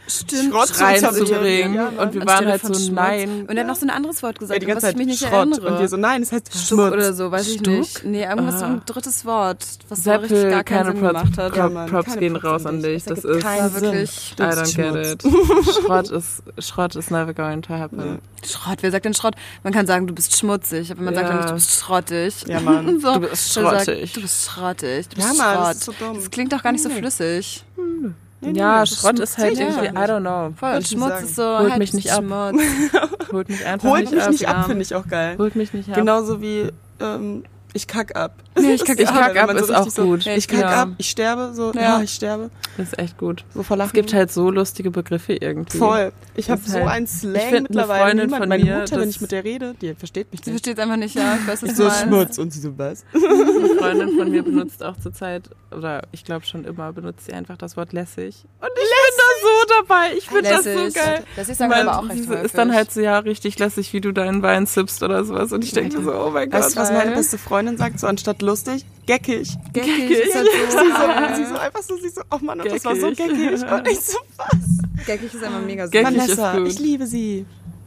Stimmt. Schrott reinzubringen. Ja, und wir Anstelle waren halt von so, Schmutz. nein. Und er hat noch so ein anderes Wort gesagt, Ja, die ganze was ich Zeit mich nicht Schrott. erinnere. Und wir so, nein, es heißt Stuck Schmutz. oder so, weiß ich Stuck? nicht. Nee, irgendwas so Ah. ein drittes Wort, was so richtig Seppel, gar keinen keine Sinn Props, gemacht hat. Ja, Prop, Mann, Props keine gehen Props raus an an dich. dich. Das Das ergibt ist, keinen war Sinn. wirklich... I Das don't ist get Schmutz. it. Schrott ist, Schrott is never going to happen. Schrott, wer sagt denn Schrott? Man kann sagen, du bist schmutzig, aber man sagt Ja. dann nicht, du bist schrottig. Ja, Mann. So, Du bist wer sagt, schrottig. Du bist schrottig. Du Ja, bist Mann, Schrott. das ist so dumm. Das klingt doch gar nicht so Nee. flüssig. Nee, nee, Ja, das ist Schrott ist halt schmutzig. irgendwie, I don't know. Voll, Würd und ich Schmutz sagen. ist so, Holt halt, mich du nicht bist ab. Schmutz. Holt mich einfach Holt nicht mich ab. nicht ab, ja. finde ich auch geil. Holt mich nicht ab. Genauso wie ähm, ich kack ab. Nee, ich kack Ich ab. kack wenn ab man so ist auch richtig so, gut. Ich kack Ja. ab, ich sterbe, so, Ja. ja, ich sterbe. Das ist echt gut. So vor Lachen. Es gibt halt so lustige Begriffe irgendwie. Voll. Ich habe Das ist so halt- einen ich Slang find, eine mittlerweile. Freundin Niemand, von meine mir, Mutter, wenn das- ich mit der rede, die versteht mich Sie nicht. versteht es einfach nicht, ja. Ich weiß, was Ich du so meinst. Schmutz und sie so was. Eine Freundin von mir benutzt auch zurzeit, oder ich glaube schon immer, benutzt sie einfach das Wort lässig. Und ich bin da so dabei. Ich finde das so Lässig. geil. Lässig sagen wir Man- aber auch recht sie häufig. ist dann halt so, ja, richtig lässig, wie du deinen Wein sippst oder sowas. Und ich denke so, oh mein Gott. Weißt du, was meine geil. beste Freundin sagt? So anstatt lustig, geckig. Geckig. Geckig. Ist halt so Sie so, geil. sie so einfach so, sie so, oh Mann, und das war so Geckig. geckig. Und ich so, was? Geckig ist einfach mega süß. Geckig Vanessa, ist gut. ich liebe sie.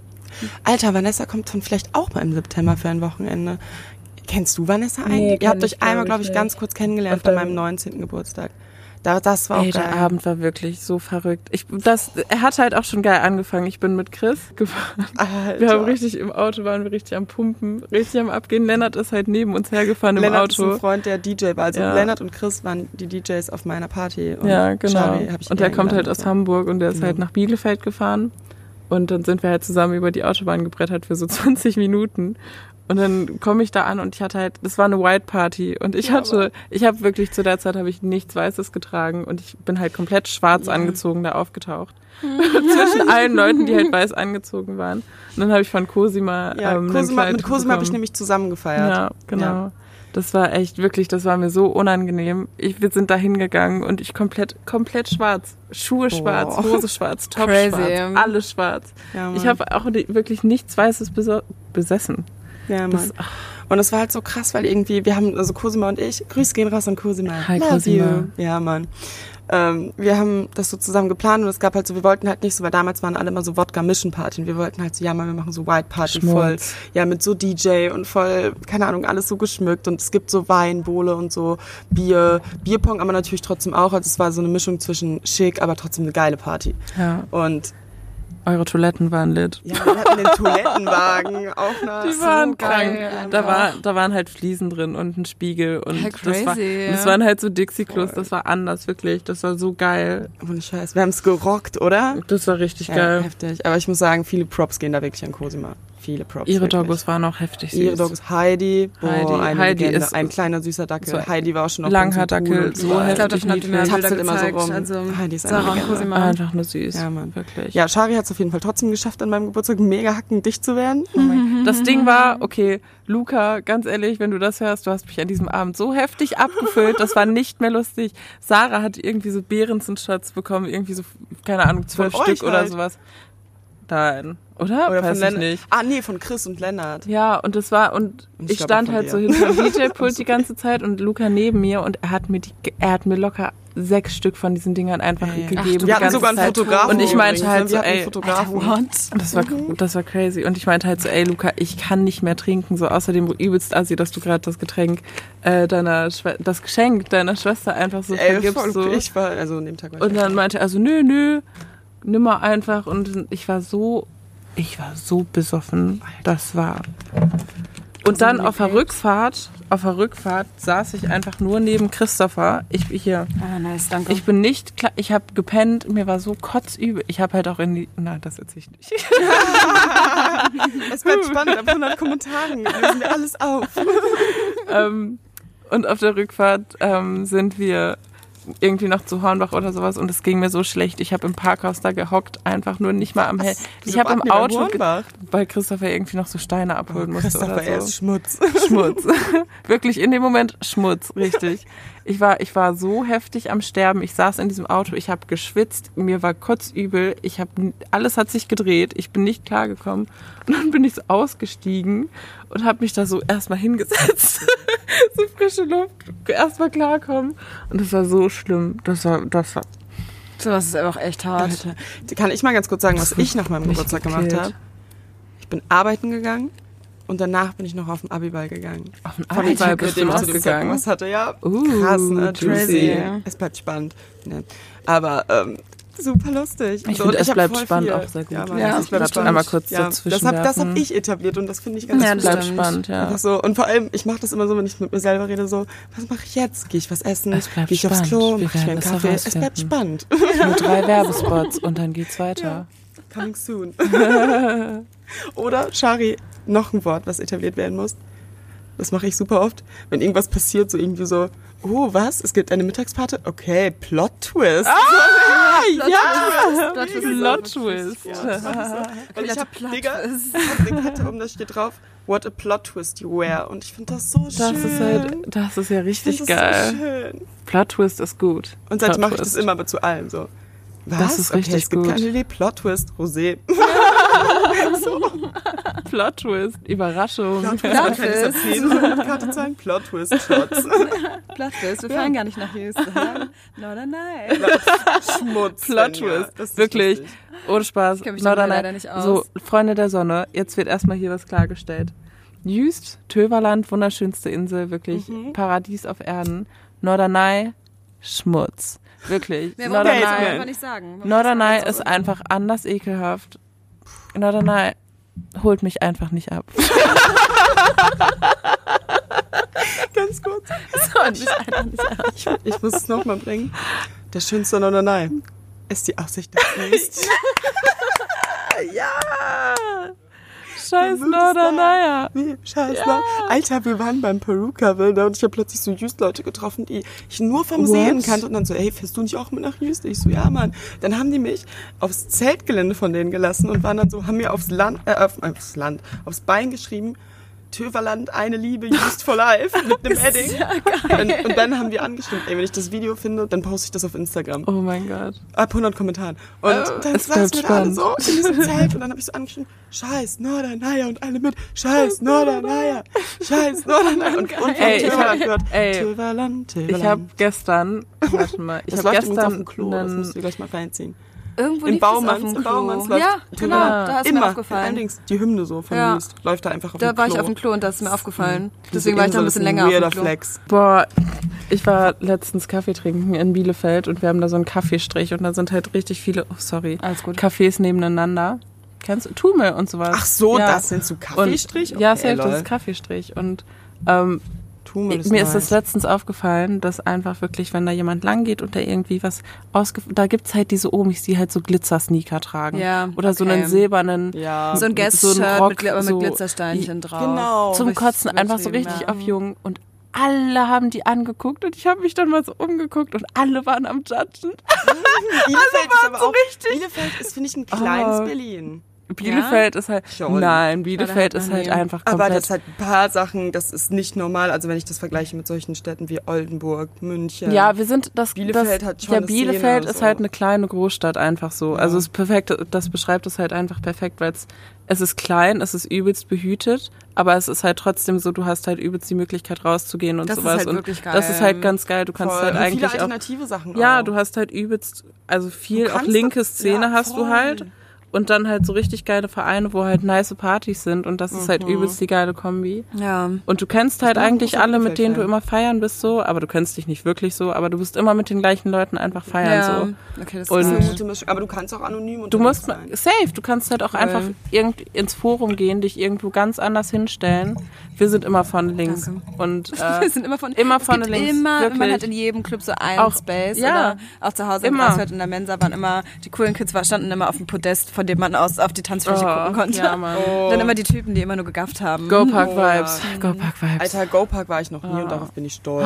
Alter, Vanessa kommt dann vielleicht auch mal im September für ein Wochenende. Kennst du Vanessa eigentlich? Nee, Ihr habt kenn euch ich, einmal, glaub glaube ich, ich, ganz kurz kennengelernt Und bei dann- meinem neunzehnten Geburtstag. Da, das war auch Ey, geil. der Abend war wirklich so verrückt. Ich, das, er hat halt auch schon geil angefangen. Ich bin mit Chris gefahren. Alter. Wir haben richtig im Auto, waren wir richtig am Pumpen, richtig am Abgehen. Lennart ist halt neben uns hergefahren im Lennart ist Auto. ein Freund, der D J war. Also Ja. Lennart und Chris waren die D Js auf meiner Party. Und Ja, genau. Shari hab ich Und der kommt halt eingeladen. aus Hamburg und der ist Ja. halt nach Bielefeld gefahren. Und dann sind wir halt zusammen über die Autobahn gebrettert für so zwanzig Minuten. Und dann komme ich da an und ich hatte halt, das war eine White Party und ich Ja, hatte, ich habe wirklich zu der Zeit habe ich nichts Weißes getragen und ich bin halt komplett schwarz Ja. angezogen da aufgetaucht. Zwischen allen Leuten, die halt weiß angezogen waren. Und dann habe ich von Cosima, Ja, ähm, ein Cosima, Kleid mit Cosima habe ich bekommen. nämlich zusammen gefeiert. Ja, genau. Ja. Das war echt wirklich, das war mir so unangenehm. Ich, wir sind da hingegangen und ich komplett, komplett schwarz. Schuhe schwarz, Boah. Hose schwarz, Top Crazy. schwarz, alles schwarz. Ja, Mann. Ich habe auch ni- wirklich nichts Weißes beso- besessen. Ja, Mann. Das, Und es war halt so krass, weil irgendwie, wir haben, also Cosima und ich, Grüße gehen raus an Cosima. Hi, Love Cosima. you. Ja, Mann. Ähm, wir haben das so zusammen geplant und es gab halt so, wir wollten halt nicht so, weil damals waren alle immer so Wodka-Mission-Party und wir wollten halt so, ja, Mann, wir machen so White Party Schmutz. voll, ja, mit so D J und voll, keine Ahnung, alles so geschmückt und es gibt so Wein, Bowle und so Bier, Bierpong, aber natürlich trotzdem auch, also es war so eine Mischung zwischen schick, aber trotzdem eine geile Party. ja, Und eure Toiletten waren lit. ja, wir hatten den Toilettenwagen auch noch. Die waren geil, krank. einfach. Da, war, da waren halt Fliesen drin und ein Spiegel. Und Ja, das, war, crazy. und das waren halt so Dixie-Klos. Das war anders, wirklich. Das war so geil. Ohne Scheiß. Wir haben es gerockt, oder? Das war richtig Ja, geil. heftig. Aber ich muss sagen, viele Props gehen da wirklich an Cosima. Viele Props. Ihre wirklich. Doggos waren auch heftig süß. Ihre Doggos. Heidi. Boah, Heidi. eine Heidi Legende. ist ein kleiner süßer Dackel. so Heidi war auch schon auf Langhaar-Dackel, unserem so Pool. Ich glaube, heftig davon habt ihr mir niedlich. Bilder Tapselt immer so gezeigt. rum. Also Heidi ist Sarah eine und Legende. Cosima. Einfach nur süß. Ja, Mann. Wirklich. Ja, Shari hat es auf jeden Fall trotzdem geschafft, an meinem Geburtstag mega hackendicht zu werden. Das Ding war, okay, Luca, ganz ehrlich, wenn du das hörst, du hast mich an diesem Abend so heftig abgefüllt, das war nicht mehr lustig. Sarah hat irgendwie so Behrensen-Shots bekommen, irgendwie so, keine Ahnung, zwölf Von Stück euch oder halt. sowas. Nein, oder? Oder Weiß von ich Lennart. nicht. Ah, nee, von Chris und Lennart. Ja, und das war, und Und ich, ich glaub stand auch von halt so dir. hinter dem D J-Pult die ganze Zeit und Luca neben mir und er hat mir die, er hat mir locker sechs Stück von diesen Dingern einfach Ey. gegeben. Ach, die du- Wir hatten ganze sogar einen Zeit. Fotografen. Und ich meinte übrigens, halt ne? so, Wir hatten einen ey, Fotografen. What? Das war, das war crazy. Und ich meinte halt so, ey Luca, ich kann nicht mehr trinken. So außerdem übelst assi, dass du gerade das Getränk äh, deiner Schwe- das Geschenk deiner Schwester einfach so Ey, vergibst. voll, So. ich war, also an dem Tag war ich Und dann meinte er also, nö, nö, nimm mal einfach. Und ich war so, ich war so besoffen. Das war. Und dann auf der Rückfahrt, auf der Rückfahrt saß ich einfach nur neben Christopher. Ich hier. Ah, nice, danke. Ich bin nicht klar, ich habe gepennt, mir war so kotzübel. Ich habe halt auch in die, na, das erzähl ich nicht. Es bleibt spannend, ab hundert Kommentaren lösen wir alles auf. ähm, und auf der Rückfahrt ähm, sind wir irgendwie noch zu Hornbach oder sowas und es ging mir so schlecht. Ich habe im Parkhaus da gehockt, einfach nur nicht mal am Hell. Ich habe im Auto, ge- weil Christopher irgendwie noch so Steine abholen musste Christopher, oder er so. ist Schmutz. Schmutz. Wirklich in dem Moment Schmutz, richtig. Ich war, ich war so heftig am Sterben. Ich saß in diesem Auto, ich habe geschwitzt, mir war kotzübel, ich habe alles hat sich gedreht, ich bin nicht klargekommen. Und dann bin ich so ausgestiegen und habe mich da so erstmal hingesetzt. So frische Luft, erstmal klarkommen. Und das war so schlimm. Das war, das war Sowas ist auch echt hart. Alter. Kann ich mal ganz kurz sagen, was ich nach meinem Geburtstag gemacht gekillt. habe? Ich bin arbeiten gegangen und danach bin ich noch auf den Abiball gegangen. Auf den Von Abiball dem bist Typ, du mit dem ich zu dem ausgegangen? Zeitpunkt was hatte. Ja, Uh, krass, ne? juicy. Crazy. Es bleibt spannend. Ne? Aber ähm, super lustig. Ich So, finde, und es hab bleibt voll spannend viel- auch sehr gut. Ja, Mann, Ja, es bleibt das spannend. einmal kurz ja, dazwischen das habe das hab werfen. ich etabliert und das finde ich ganz Ja, cool. das Bleibt stimmt. spannend, ja. Einfach so. Und vor allem, ich mache das immer so, wenn ich mit mir selber rede, so, was mache ich jetzt? Gehe ich was essen? Es bleibt Gehe ich aufs spannend. Klo? Wir Mache ich mir werden einen es Kaffee? Es bleibt herausfinden. spannend. Nur drei Werbespots und dann geht's weiter. Coming soon. Oder, Shari, noch ein Wort, was etabliert werden muss. Das mache ich super oft. Wenn irgendwas passiert, so irgendwie so, oh, was? Es gibt eine Mittagsparte? Okay, Plot-Twist. Ah, ja! Plot Twist. Plot Twist. Ja, das mach ich so. Und ich hab, Digga, ich hab eine Kette um, da steht drauf, what a plot twist you wear. Und ich finde das so Das schön. ist halt, das ist ja ich richtig find das geil. so schön. Plot Twist ist gut. Und seitdem Plot mache ich das Twist. immer aber zu allem so. Was? Das ist okay, richtig es gibt gut. keine Idee. Plot Twist, Rosé. Plot Twist, Überraschung. Plot Twist, man kann das erzählen, so mit Karte zeigen. Plot Twist, Shots. Plot Twist. Wir fahren gar nicht nach Houston. No, no, nein. Schmutz. Plot ja. Twist. Das ist Wirklich. lustig. Ohne Spaß. Ich kenn mich No, damit no, leider nein. nicht aus. So, Freunde der Sonne, jetzt wird erstmal hier was klargestellt. Jüst, Töverland, wunderschönste Insel, wirklich Mhm. Paradies auf Erden. Norderney, Schmutz. Wirklich. Mehr wollen wir jetzt Norderney, einfach nicht sagen. Norderney ist einfach anders ekelhaft. Norderney holt mich einfach nicht ab. Ganz kurz. So, nicht einfach nicht sagen. Ich, ich muss es nochmal bringen. Der schönste Norderney ist die Aussicht nach Jüst. Ja! Scheiß Du musst Norderney. Wie scheiß Ja. Nord- Alter, wir waren beim Peru-Cover ne, und ich habe plötzlich so Jüst-Leute getroffen, die ich nur vom What? Sehen kannte und dann so, ey, fährst du nicht auch mit nach Jüst? Ich so, ja, Mann. Dann haben die mich aufs Zeltgelände von denen gelassen und waren dann so, haben mir aufs Land, äh, auf, aufs Land, aufs Bein geschrieben, Töverland, eine Liebe, Just for Life, mit einem Edding. Und, und dann haben wir angestimmt, ey, wenn ich das Video finde, dann poste ich das auf Instagram. Oh mein Gott. Ab hundert Kommentaren. Und dann es saßen bleibt wir da alle spannend. so in diesem Zelt und dann habe ich so angeschrieben, scheiß Norderney und alle mit, scheiß Norderney, scheiß Norderney. Und, und Ey, ich Töverland hab- gehört, ey, Töverland, Töverland. Ich habe gestern, warte mal, ich das habe läuft übrigens auf gestern dem Klo, das einen, musst du gleich mal reinziehen. Irgendwo Im lief das auf Baumanns, dem im Klo. Baumanns läuft Ja, genau, Töverland. da ist Immer, mir aufgefallen. allerdings die Hymne so von Ja. Jüst läuft da einfach auf Da dem war Klo. ich auf dem Klo und das ist mir aufgefallen. Diese Deswegen war ich da ein Insel bisschen ist länger auf weirder dem Klo. Flex. boah, ich war letztens Kaffee trinken in Bielefeld und wir haben da so einen Kaffeestrich und da sind halt richtig viele, oh sorry, Alles gut. Cafés nebeneinander. Kennst du? Tume und sowas. Ach so, ja. das sind so Kaffeestrich? Und, ja, Okay, safe, das lol. ist Kaffeestrich und ähm, Tume, das mir ist nice. das letztens aufgefallen, dass einfach wirklich, wenn da jemand lang geht und da irgendwie was ausge... Da gibt's halt diese Omis, die halt so Glitzer-Sneaker tragen. Ja, Oder so okay. einen silbernen... Ja. So ein So ein Guest-Shirt Rock, mit, Gli- mit so- Glitzersteinchen drauf. Genau. Zum Richtig Kotzen einfach so übertrieben, richtig ja. auf jung und alle haben die angeguckt und ich habe mich dann mal so umgeguckt und alle waren am Judgen. Bielefeld ist aber so auch, richtig- Bielefeld ist, finde ich, ein kleines Oh. Berlin. Bielefeld ist halt, Schon. nein, Bielefeld Oder ist hat man halt nie. einfach Aber komplett, das hat ein paar Sachen, das ist nicht normal. Also wenn ich das vergleiche mit solchen Städten wie Oldenburg, München. ja, wir sind, das, Bielefeld das, hat schon ja, eine Bielefeld Szene, ist so. halt eine kleine Großstadt einfach so. Also Ja. es ist perfekt, das beschreibt es halt einfach perfekt, weil es, es ist klein, es ist übelst behütet, aber es ist halt trotzdem so, du hast halt übelst die Möglichkeit rauszugehen und Das ist sowas. halt und wirklich geil. das ist halt ganz geil, du kannst Voll. halt Und viele eigentlich auch, alternative Sachen ja, auch. du hast halt übelst, also viel, Du auch kannst linke das- Szene ja, hast du voll. halt. Und dann halt so richtig geile Vereine, wo halt nice Partys sind und das ist halt Mhm. übelst die geile Kombi. Ja. Und du kennst halt bin ein eigentlich großer alle, mit denen du Bielefeld-Fan. immer feiern bist so, aber du kennst dich nicht wirklich so, aber du bist immer mit den gleichen Leuten einfach feiern ja. so. Okay, das Und- Das ist ist eine gut. gute Mischung. Aber du kannst auch anonym Du unterwegs musst, sein. safe, du kannst halt auch Cool. einfach irgend ins Forum gehen, dich irgendwo ganz anders hinstellen. Wir sind immer von links. Danke. Und Wir äh, sind immer von immer es vorne gibt links, Immer, wirklich. man hat in jedem Club so einen Auch- Space. ja. Oder auch zu Hause im Immer. Grasfeld in der Mensa waren immer, die coolen Kids war, standen immer auf dem Podest, von dem man aus auf die Tanzfläche Oh, gucken konnte. ja, Mann. Oh. Dann immer die Typen, die immer nur gegafft haben. Go Park Oh, Vibes. ja. Go Park Vibes. Alter, Go Park war ich noch nie Ah. und darauf bin ich stolz.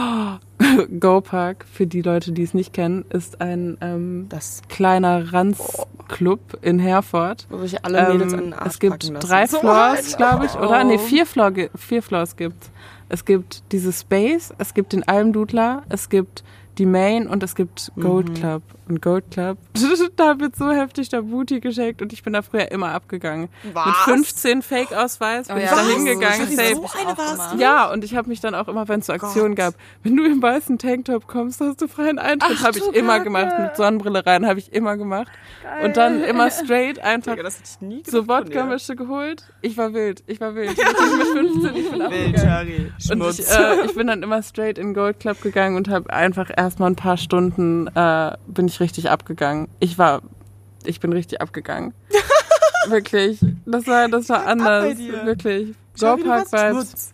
Go Park, für die Leute, die es nicht kennen, ist ein ähm, Das, kleiner Ranzclub in Herford. wo sich alle Mädels an Ähm, den Arsch es gibt packen lassen. drei So Floors, ein- glaube ich, oder? Oh. Nee, vier, Floor, ge- vier Floors gibt es. gibt diese Space, es gibt den Almdudler, es gibt die Main und es gibt Gold Mhm. Club. Und Gold Club, da wird so heftig der Booty geschenkt und ich bin da früher immer abgegangen. Was? Mit fünfzehn Fake-Ausweis bin Oh ich ja, da was? hingegangen. So safe. eine auch warst gemacht. du? Ja, und ich habe mich dann auch immer, wenn es so Aktionen gab, wenn du im weißen Tanktop kommst, hast du freien Eintritt. Ach, Habe ich du immer Kacke. gemacht, mit Sonnenbrille rein, habe ich immer gemacht. Und dann immer straight einfach Digga, das hätte ich nie so gedacht von dir. Wodka-Mische geholt. Ich war wild, ich war wild. Wirklich mit fünfzehn, ich bin Wild, abgegangen. Shari. Und Schmutz. ich, äh, ich bin dann immer straight in Gold Club gegangen und habe einfach erstmal ein paar Stunden äh, bin ich richtig abgegangen. Ich war, ich bin richtig abgegangen. Wirklich. Das war, das war bei anders. dir? Wirklich. Shari, du warst Go-Park-Vibes. Schmutz.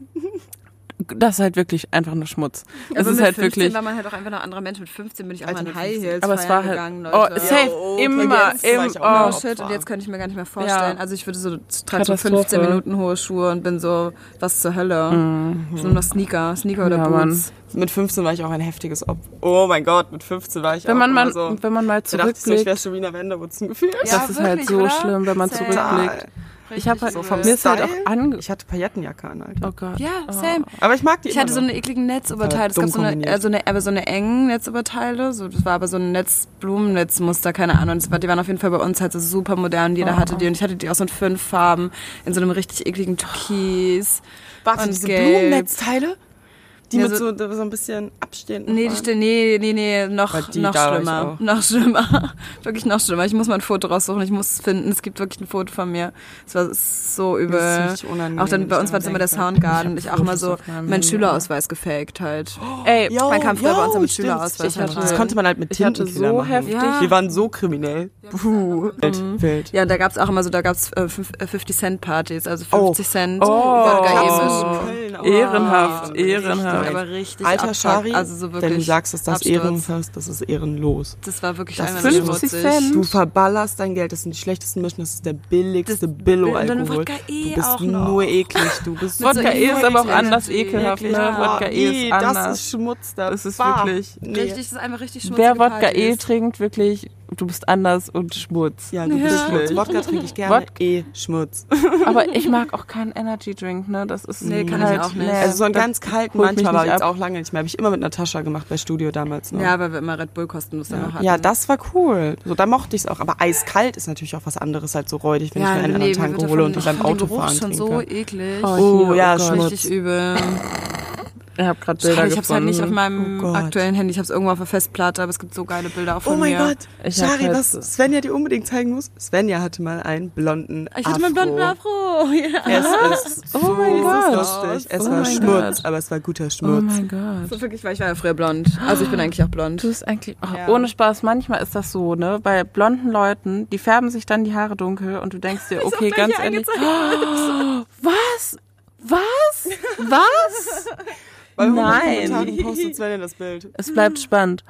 Das ist halt wirklich einfach nur Schmutz. Es Aber ist mit halt fünfzehn wirklich. war man halt auch einfach ein anderer Mensch. Mit fünfzehn bin ich auch Alter, mal in mit High Heels Aber es war halt. gegangen, Oh, Leute. safe. Ja, okay, immer jetzt war im. ich auch Oh mal shit, und Opfer. jetzt könnte ich mir gar nicht mehr vorstellen. Ja. Also ich würde so, trage so Katastrophe. fünfzehn Minuten hohe Schuhe und bin so, was zur Hölle. So nur noch Sneaker, Sneaker oder Ja, Boots. Mit fünfzehn war ich auch ein heftiges Opfer. Oh mein Gott, mit fünfzehn war ich Wenn auch man immer mal, so. wenn man mal Da dachte ich so, ich wäre zurückblickt, Serena Vanderwoodson gefühlt. Ja, das ist halt wirklich, so oder? schlimm, wenn man Same. zurückblickt. Ich habe halt, so vom mir ist halt auch Style. ange... Ich hatte Paillettenjacke an, Alter. Oh Gott. Ja, same. Aber ich mag die Ich immer hatte so noch. eine ekligen Netzoberteile. Aber Es gab dumm so eine, kombiniert. äh, so eine, aber so eine engen Netzoberteile. So, das war aber so ein Netz-Blumennetzmuster, keine Ahnung. Das war, die waren auf jeden Fall bei uns halt so super modern. Jeder hatte die und ich hatte die auch so in fünf Farben. In so einem richtig ekligen Türkis. Warte, und diese gelb. Blumennetzteile? Die Ja, mit so- so, so ein bisschen abstehend. Nee, die ste- nee, nee, nee, noch, Weil die, noch da war ich schlimmer. auch. Noch schlimmer. Wirklich noch schlimmer. Ich muss mal ein Foto raussuchen, ich muss es finden. Es gibt wirklich ein Foto von mir. Es war so übel. Das ist richtig unangenehm, Auch dann bei wenn uns ich war das immer der daran Soundgarden. Ich, Ich auch hab immer so Fotos auf meinem meinen Handy, Schülerausweis gefaked halt. Ey, Jo, Man kam früher bei uns jo, mit stimmt. Schülerausweis Ich hatte- Das konnte man halt mit Ich hatte Tintenkiller so machen. heftig- Ja. Wir waren so kriminell. Puh. Wild, wild. Ja, da gab's auch immer so, da gab's äh, fünf- äh, fifty Cent Partys, also Oh. fünfzig Cent Oh. Wodka Krass. Emisch. Köln, aber- Ehrenhaft, Oh, ehrenhaft. Aber richtig Alter Abfuck. Shari, also so wirklich wenn du sagst, dass das Absturz. ehrenfest, das ist ehrenlos. Das war wirklich Das einfach ist nur fünfzig schmutzig. Cent. Du verballerst dein Geld, das sind die schlechtesten Mischen, das ist der billigste Das- Billo-Alkohol. und dann Wodka eh Du bist auch noch. nur eklig, du bist Wodka so E ist aber auch eklig. anders ekelhaft, ne? Ja. Wodka E ist anders. Das ist Schmutz da. Das ist Bah. wirklich- Nee. Richtig, das ist einfach richtig schmutzige Wer Wodka Partys. E trinkt, wirklich, du bist anders und Schmutz. Ja, du bist Ja. Schmutz. Wodka trinke ich gerne. Wodka- Eh, Schmutz. Aber ich mag auch keinen Energy Drink, ne? Das ist Nee, kann ich halt, auch nicht. nee, Also so einen das ganz kalten holt mich manchmal, aber nicht jetzt ab. auch lange nicht mehr. Habe ich immer mit Natascha gemacht bei Studio damals noch. Ja, weil wir immer Red Bull kostenlos dann noch hatten. Ja, das war cool. So, da mochte ich es auch. Aber eiskalt ist natürlich auch was anderes, halt so räudig, wenn ich mir einen anderen Tank mir wird hole und davon- beim ich find den Autofahren Geruch schon so trinke. eklig. Oh, Oh, hier, ja, oh Gott. Schmutz. Richtig übel. Ich habe gerade Bilder Ich hab's halt nicht auf gefunden. meinem Oh Gott. aktuellen Handy, ich hab's irgendwo auf der Festplatte, aber es gibt so geile Bilder auch Oh von mein mir. Gott, Ich hab Shari, halt was so- Svenja dir unbedingt zeigen muss. Svenja hatte mal einen blonden Ich hatte meinen blonden Afro. Ja. Es ist Oh so mein Gott. lustig. Es Oh war mein Schmutz, Gott. aber es war guter Oh Schmutz. mein Gott. So wirklich, weil ich war ja früher blond. Also ich bin eigentlich auch blond. Du bist eigentlich, oh, Ja. ohne Spaß, manchmal ist das so, ne? Bei blonden Leuten, die färben sich dann die Haare dunkel und du denkst dir, okay, gleich ganz hier ehrlich. Oh, was? Was? Was? Bei hundert Nein. Kommentaren postet Svenja das Bild. Es bleibt spannend.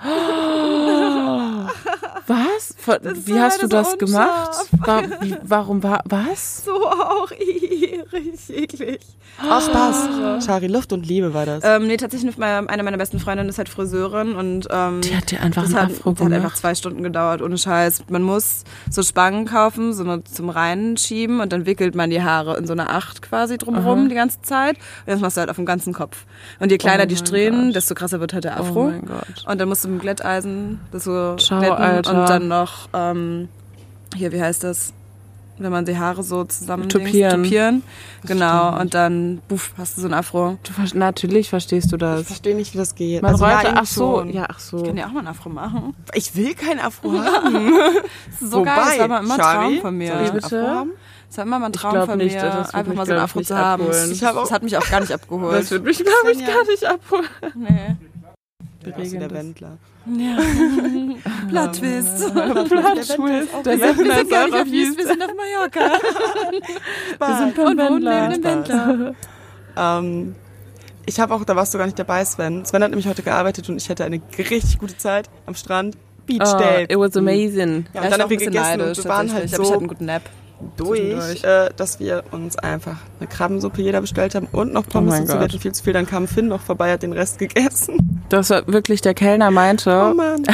Oh, was? Von, wie so hast du alles das gemacht? unscharf. War, wie, warum war, was? So auch richtig eklig. Aus Spaß. Shari, Luft und Liebe war das. Ähm, nee, tatsächlich meine, eine meiner besten Freundinnen ist halt Friseurin und ähm, Die hat dir einfach das einen hat, Afro das hat einfach gemacht. zwei Stunden gedauert, ohne Scheiß. Man muss so Spangen kaufen, so eine zum Reinschieben und dann wickelt man die Haare in so eine Acht quasi drumherum die ganze Zeit. Und das machst du halt auf dem ganzen Kopf. Und je kleiner Oh die mein Strähnen, Gott. desto krasser wird halt der Oh Afro. mein Gott. Und dann musst du mit dem Glätteisen das so Ciao, glätten Alter. und dann noch, ähm, hier, wie heißt das? Wenn man die Haare so zusammen Tupieren. tupieren. Genau, und dann, buff, hast du so ein Afro. Du, ver- natürlich verstehst du Ich das. verstehe nicht, wie das geht. Man Also, ja, rollte, irgendwie ach so, schon. ja, ach so. Ich kann ja auch mal ein Afro machen. Ich will kein Afro haben. Das ist so geil, das war immer, immer ein Shari, Traum von mir. soll ich ein Bitte? Afro haben? Das war immer mal ein Traum glaub von nicht, mir, das wird einfach mich, mal so ein glaub ich, Afro nicht zu haben. abholen. Ich hab auch- Das hat mich auch gar nicht abgeholt. Das wird mich, glaube ich, Svenja. gar nicht abholen. Nee. Also der Wendler. Ja. Plot Twist. Plot-Twist. Der Wir sind, wir Wendler sind ist gar auch nicht auf auf Wies, wir Wies. sind auf Mallorca. Wir sind Und wohnen neben dem Wendler. Ähm, ich habe auch, da warst du gar nicht dabei, Sven. Sven hat nämlich heute gearbeitet und ich hatte eine richtig gute Zeit am Strand. Beach Oh, Day. it was amazing. Ja, Ja, und dann ich war auch haben ein wir bisschen gegessen neidisch, und wir waren halt tatsächlich, aber ich so hatte einen guten Nap. durch, zwischendurch. äh, dass wir uns einfach eine Krabbensuppe jeder bestellt haben und noch Pommes. Oh mein und so, wir Gott. hatten viel zu viel. Dann kam Finn noch vorbei, hat den Rest gegessen. Das war wirklich, der Kellner meinte, Oh Mann.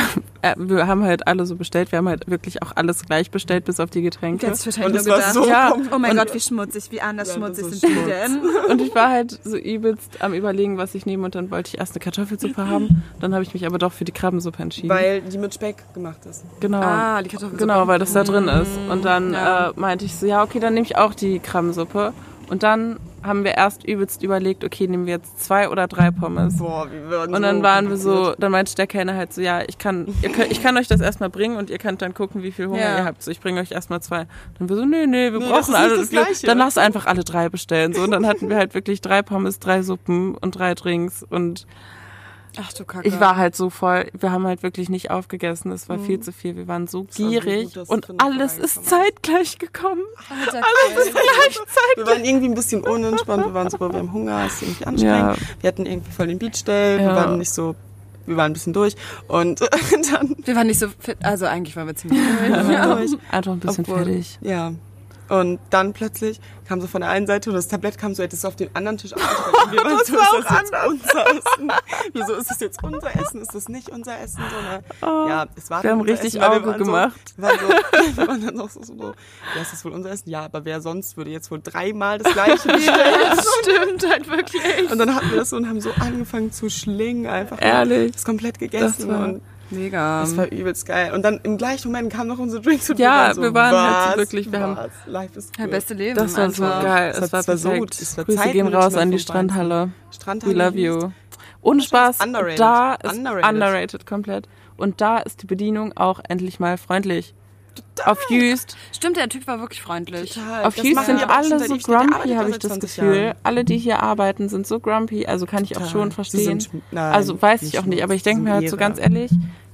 äh, wir haben halt alle so bestellt, wir haben halt wirklich auch alles gleich bestellt, bis auf die Getränke. Jetzt wahrscheinlich Und nur es war gedacht, so ja, oh mein und- Gott, wie schmutzig, wie anders Ja, schmutzig das ist sind die Schmutz. denn? Und ich war halt so übelst am Überlegen, was ich nehme und dann wollte ich erst eine Kartoffelsuppe haben, dann habe ich mich aber doch für die Krabbensuppe entschieden. Weil die mit Speck gemacht ist. genau. Ah, die Kartoffelsuppe. Genau, weil das da drin ist. Und dann Ja. äh, meinte ich so, ja, okay, dann nehme ich auch die Krabbensuppe. Und dann haben wir erst übelst überlegt, okay, nehmen wir jetzt zwei oder drei Pommes. Boah, wir werden Und dann so waren wir so, kompliziert. dann meinte der Kellner halt so, ja, ich kann, ihr könnt, ich kann euch das erstmal bringen und ihr könnt dann gucken, wie viel Hunger Ja. ihr habt. So, ich bringe euch erstmal zwei. Dann wir so, nee, nee, wir Nee, das brauchen ist nicht alle, das Gleiche. dann lass einfach alle drei bestellen. So, und dann hatten wir halt wirklich drei Pommes, drei Suppen und drei Drinks und Ach du Kacke. ich war halt so voll, wir haben halt wirklich nicht aufgegessen, es war viel zu viel, wir waren so war so gierig gut, dass und Finn alles ist vorbeigekommen zeitgleich gekommen. Alter, Alles ist gleichzeitig. Wir waren irgendwie ein bisschen unentspannt, wir waren so, wir haben Hunger, es ist irgendwie anstrengend. Ja. Wir hatten irgendwie voll den Beach Day, wir Ja. waren nicht so, wir waren ein bisschen durch und dann wir waren nicht so fit, also eigentlich waren wir ziemlich ja. durch. Einfach ein bisschen Obwohl- fertig. Ja. Und dann plötzlich kam so von der einen Seite und das Tablett kam so, hätte es auf den anderen Tisch aufgestellt. Und wir waren so, ist das jetzt unser Essen? Wieso ist das jetzt unser Essen? Ist das nicht unser Essen? So, ne? Oh, ja, es war wir haben unser richtig Essen, weil wir Auge waren gemacht. So, wir, waren so, wir waren dann auch so, so, ja, ist das wohl unser Essen? Ja, aber wer sonst würde jetzt wohl dreimal das Gleiche bestellen? Stimmt, halt wirklich. Und dann hatten wir das so und haben so angefangen zu schlingen, einfach Ehrlich? das komplett gegessen. Das war- und Mega. das war übelst geil. Und dann im gleichen Moment kamen noch unsere Drinks und Ja, wir waren, so, wir waren halt so was, wirklich, wir haben- was, Life is Ja, good. beste Leben. Das war so einfach. geil, Es es war- war es war so perfekt. gut. Es war Grüße gehen raus an die Zeitmanagement vom Strandhalle. Strandhalle We love hieß- you. Ohne Spaß, underrated. da ist Underrated. underrated. komplett. Und da ist die Bedienung auch endlich mal freundlich. Auf Jüst, Stimmt, der Typ war wirklich freundlich. Total. auf Das Jüst machen sind die aber auch schon alle seit so ewig. Der arbeitet grumpy, da habe seit ich das zwanzig Gefühl. Jahren. Alle, die hier arbeiten, sind so grumpy. Also kann ich auch schon Sie verstehen. sind- nein, Also weiß ich nicht auch nicht, schmutz, aber ich denke sie mir sind halt so Ehre. ganz ehrlich,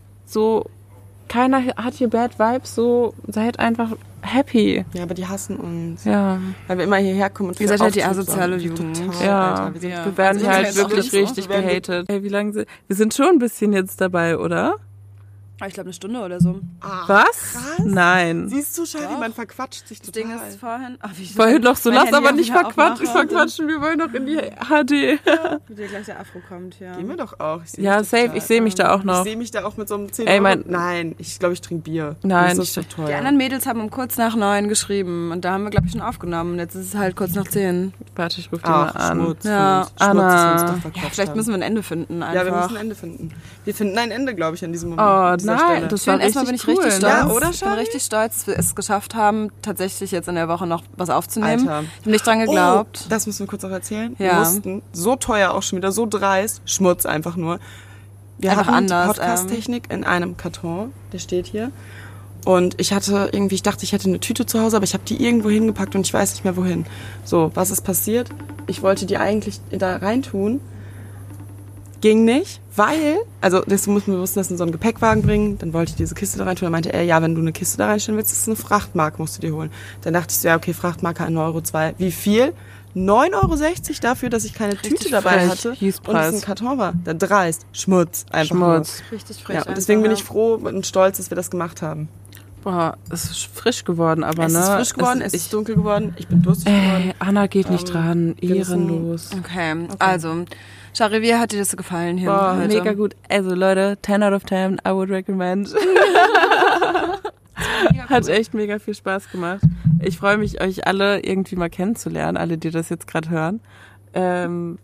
so keiner hat hier Bad Vibes, so seid einfach happy. Ja, aber die hassen uns. Ja, Weil wir immer hierher kommen und Ihr seid halt die Auftritt asoziale haben. Jugend. Total, Ja. Alter. Wir sind Ja. wir werden Also hier wir halt sind jetzt auch wirklich nicht so. richtig Wir werden- gehatet. Hey, wie lange sind, wir sind schon ein bisschen jetzt dabei, oder? Aber ich glaube eine Stunde oder so. Ah, Was? krass. Nein. Siehst du, Scheiße, Doch. man verquatscht sich Das total. Ding ist vorhin. Ach, wie ich Vorhin noch so, mein lass Handy aber auch nicht wieder verquatschen, aufmachen. verquatschen, wir wollen noch in die H D. Wie dir gleich der Afro kommt, ja. Gehen wir doch auch. Ich seh Ja, mich safe, total. ich sehe mich da auch Ich noch. sehe mich da auch mit so einem zehn Ey, Euro. mein- Nein, ich glaube, ich trinke Bier. Nein, das ist ich- so teuer. Die anderen Mädels haben um kurz nach neun geschrieben und da haben wir, glaube ich, schon aufgenommen. Jetzt ist es halt kurz nach zehn. Warte, ich rufe die mal Ach, an. Schmutz. Ja, Schmutz, Anna. ist uns doch Ja, verquatscht vielleicht haben. müssen wir ein Ende finden einfach. Ja, wir müssen ein Ende finden. Wir finden ein Ende, glaube ich, an diesem Moment. Oh, an dieser nein, Stelle. das Schön, war erstmal bin ich richtig cool. richtig stolz. Ja, oder, ich bin Charlie? richtig stolz, dass wir es geschafft haben, tatsächlich jetzt in der Woche noch was aufzunehmen. Alter. Ich habe nicht dran geglaubt. Oh, das müssen wir kurz noch erzählen. Ja. Wir mussten, so teuer auch schon wieder, so dreist, Schmutz einfach nur. Wir Einfach hatten anders, Podcast-Technik in einem Karton, der steht hier. Und ich hatte irgendwie, ich dachte, ich hätte eine Tüte zu Hause, aber ich habe die irgendwo hingepackt und ich weiß nicht mehr wohin. So, was ist passiert? Ich wollte die eigentlich da reintun. Ging nicht, weil, also das muss man wussten, das in so einen Gepäckwagen bringen. Dann wollte ich diese Kiste da reintun. Dann meinte er, ja, wenn du eine Kiste da reinstellen willst, ist eine Frachtmarke, musst du dir holen. Dann dachte ich so, ja, okay, Frachtmarke ein Euro zwei. Wie viel? neun Euro sechzig dafür, dass ich keine Tüte dabei frech. hatte. Hießpreis. Und es ein Karton war. Da dreist. Schmutz. Einfach Schmutz. Richtig Nur. frech. Ja, und deswegen bin einfach, ich froh und stolz, dass wir das gemacht haben. Boah, es ist frisch geworden, aber Es ne? ist frisch geworden, es, ich, ist dunkel geworden, ich bin durstig geworden. Ey, Anna geht nicht Ähm, dran, wir müssen- ehrenlos. Okay, also, Shari, wie hat dir das so gefallen hier Boah, heute? mega gut. Also Leute, ten out of ten, I would recommend. Hat echt mega viel Spaß gemacht. Ich freue mich, euch alle irgendwie mal kennenzulernen, alle, die das jetzt gerade hören. Ähm,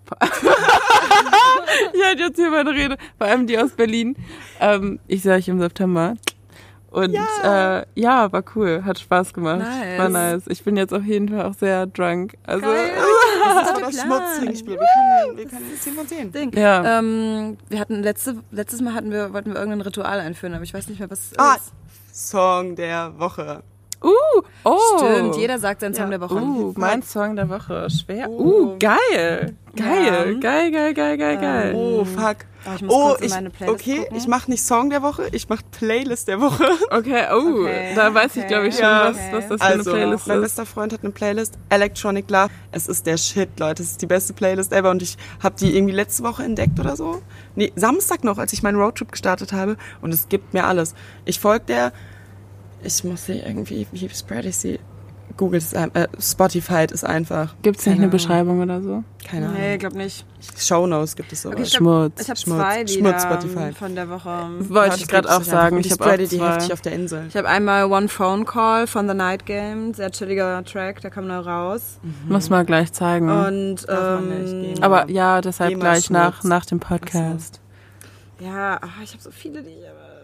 ich halte jetzt hier meine Rede, vor allem die aus Berlin. Ähm, ich sehe euch im September. Und ja. Äh, ja, war cool, hat Spaß gemacht. Nice. War nice. Ich bin jetzt auf jeden Fall auch sehr drunk. Also Geil. Das ist aber das klar. Schmutztrinkspiel. Wir können, wir können zehn von zehn. Ding. Ja. Ähm, wir hatten letzte, letztes Mal hatten wir, wollten wir irgendein Ritual einführen, aber ich weiß nicht mehr, was es Ah, ist. Song der Woche. Uh, oh. Stimmt, jeder sagt seinen Song Ja. der Woche. Uh, mein Song der Woche. Schwer. Oh. Uh, geil. Geil. Ja. Geil, geil, geil, geil, geil. Oh, fuck. Oh, ich muss Oh, kurz in ich, meine Playlist okay, gucken. ich mache nicht Song der Woche, ich mache Playlist der Woche. Okay, oh, Okay, da weiß ich, okay. glaube ich, schon, Ja. was, was das für Also, eine Playlist mein ist. bester Freund hat eine Playlist, Electronic Love. Es ist der Shit, Leute. Es ist die beste Playlist ever und ich habe die irgendwie letzte Woche entdeckt oder so. Nee, Samstag noch, als ich meinen Roadtrip gestartet habe und es gibt mir alles. Ich folge der, ich muss sie irgendwie, wie spread ich sie? googelt es, äh, Spotify ist einfach. Gibt's nicht eine Beschreibung oder so? Keine Ahnung. Nee, glaub nicht. Shownotes gibt es sowas. Okay, ich Schmutz. Ich habe Schmutz. zwei Lieder Schmutz, Spotify. von der Woche. Wollte ich gerade auch sagen. Ich Ich habe auch die zwei. heftig auf der Insel. Ich habe einmal One Phone Call von The Night Game. Sehr chilliger Track, der kam neu raus. Mhm. Muss mal gleich zeigen. Und Darf man nicht ähm, gehen. Aber ja, deshalb Geh mal gleich nach, Schmutz. nach dem Podcast. ja, ach, ich habe so viele, die ich...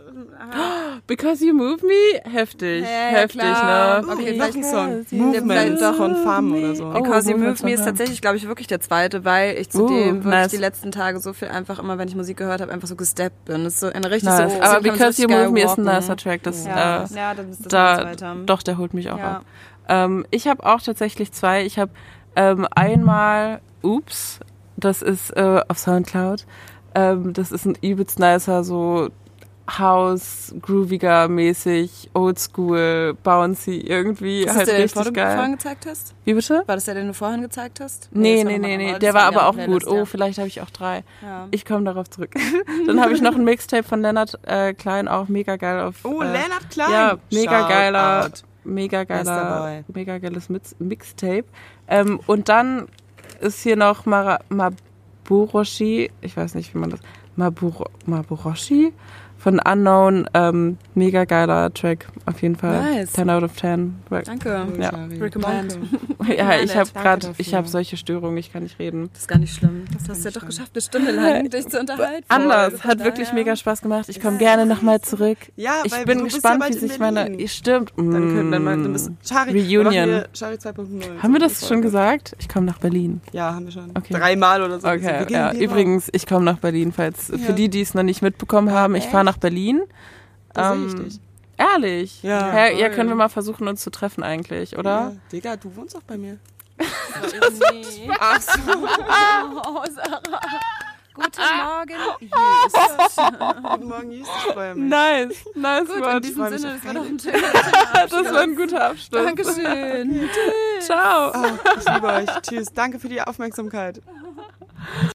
Ah. Because You Move Me? Heftig. Ja, ja, Heftig, klar. ne? Okay, Okay, noch vielleicht- ein Song. Sie- Movement Doch. von Farm oder so. Oh, Because You Movement Move Me ist von tatsächlich, glaube ich, wirklich der zweite, weil ich zu Uh, dem wirklich nice. die letzten Tage so viel einfach immer, wenn ich Musik gehört habe, einfach so gesteppt bin. Das ist so eine richtig Nice. so... Aber so kann man Because so You Move Me ist ein skywalken. nicer Track. Das, Ja, äh, ja, das ist das da, zweite. doch, der holt mich auch Ja. ab. Ähm, ich habe auch tatsächlich zwei. Ich habe ähm, einmal Oops, das ist äh, auf Soundcloud. Ähm, das ist ein übelst nicer, so House, grooviger mäßig, oldschool, bouncy, irgendwie Ist das halt der, den richtig du geil. vorhin gezeigt hast? Wie bitte? War das der, den du vorhin gezeigt hast? Nee, das war nee, noch nee, mal nee, anderer. der Das war wieder aber auch eine gut. Playlist, Oh, vielleicht habe ich auch drei. ja. Ich komme darauf zurück. Dann habe ich noch ein Mixtape von Lennart äh, Klein, auch mega geil auf. Oh, äh, Lennart Klein. Ja, mega Shout geiler, out. mega Bester geiler, Boy. mega geiles Mix Mixtape. Ähm, und dann ist hier noch Mara, Maburoshi, ich weiß nicht, wie man das, Maburo, Maburoshi von Unknown, ähm, mega geiler Track, auf jeden Fall. Nice. ten out of ten. Danke. Ja. Recommend. Ja, ich habe Danke gerade, dafür. ich habe solche Störungen, ich kann nicht reden. Das ist gar nicht schlimm. Das hast du ja doch geschafft, eine Stunde lang dich zu unterhalten. Anders, Von hat wirklich daher- mega Spaß gemacht. Ich komme gerne nochmal zurück. Ja, Ich weil bin du bist gespannt, ja wie bald in sich meine... Berlin. Stimmt. Dann können wir mal, Mm. dann bist Chari, Reunion. dann machen wir Chari zwei Punkt null. Haben wir So, das schon gesagt? Ich komme nach Berlin. Ja, haben wir schon. Okay. Dreimal oder so. Okay, wir gehen ja. lieber. Übrigens, ich komme nach Berlin, falls Ja. für die, die es noch nicht mitbekommen haben, ich echt? fahre nach Berlin. Da Ähm, sehe ich dich. Ehrlich? Ja. Hä, ja, Voll. können wir mal versuchen, uns zu treffen eigentlich, oder? Ja. Digga, du wohnst auch bei mir. Nee. Ach so. Oh, Sarah. Guten Morgen. Yes. Guten Morgen, Jüst, ich freue mich. Nice, nice Gut, in Wort. diesem freu mich Sinne, auf das war doch ein Friday. schöner Das war ein guter Abschluss. Dankeschön. Ciao. Ah, ich liebe euch. Tschüss. Danke für die Aufmerksamkeit.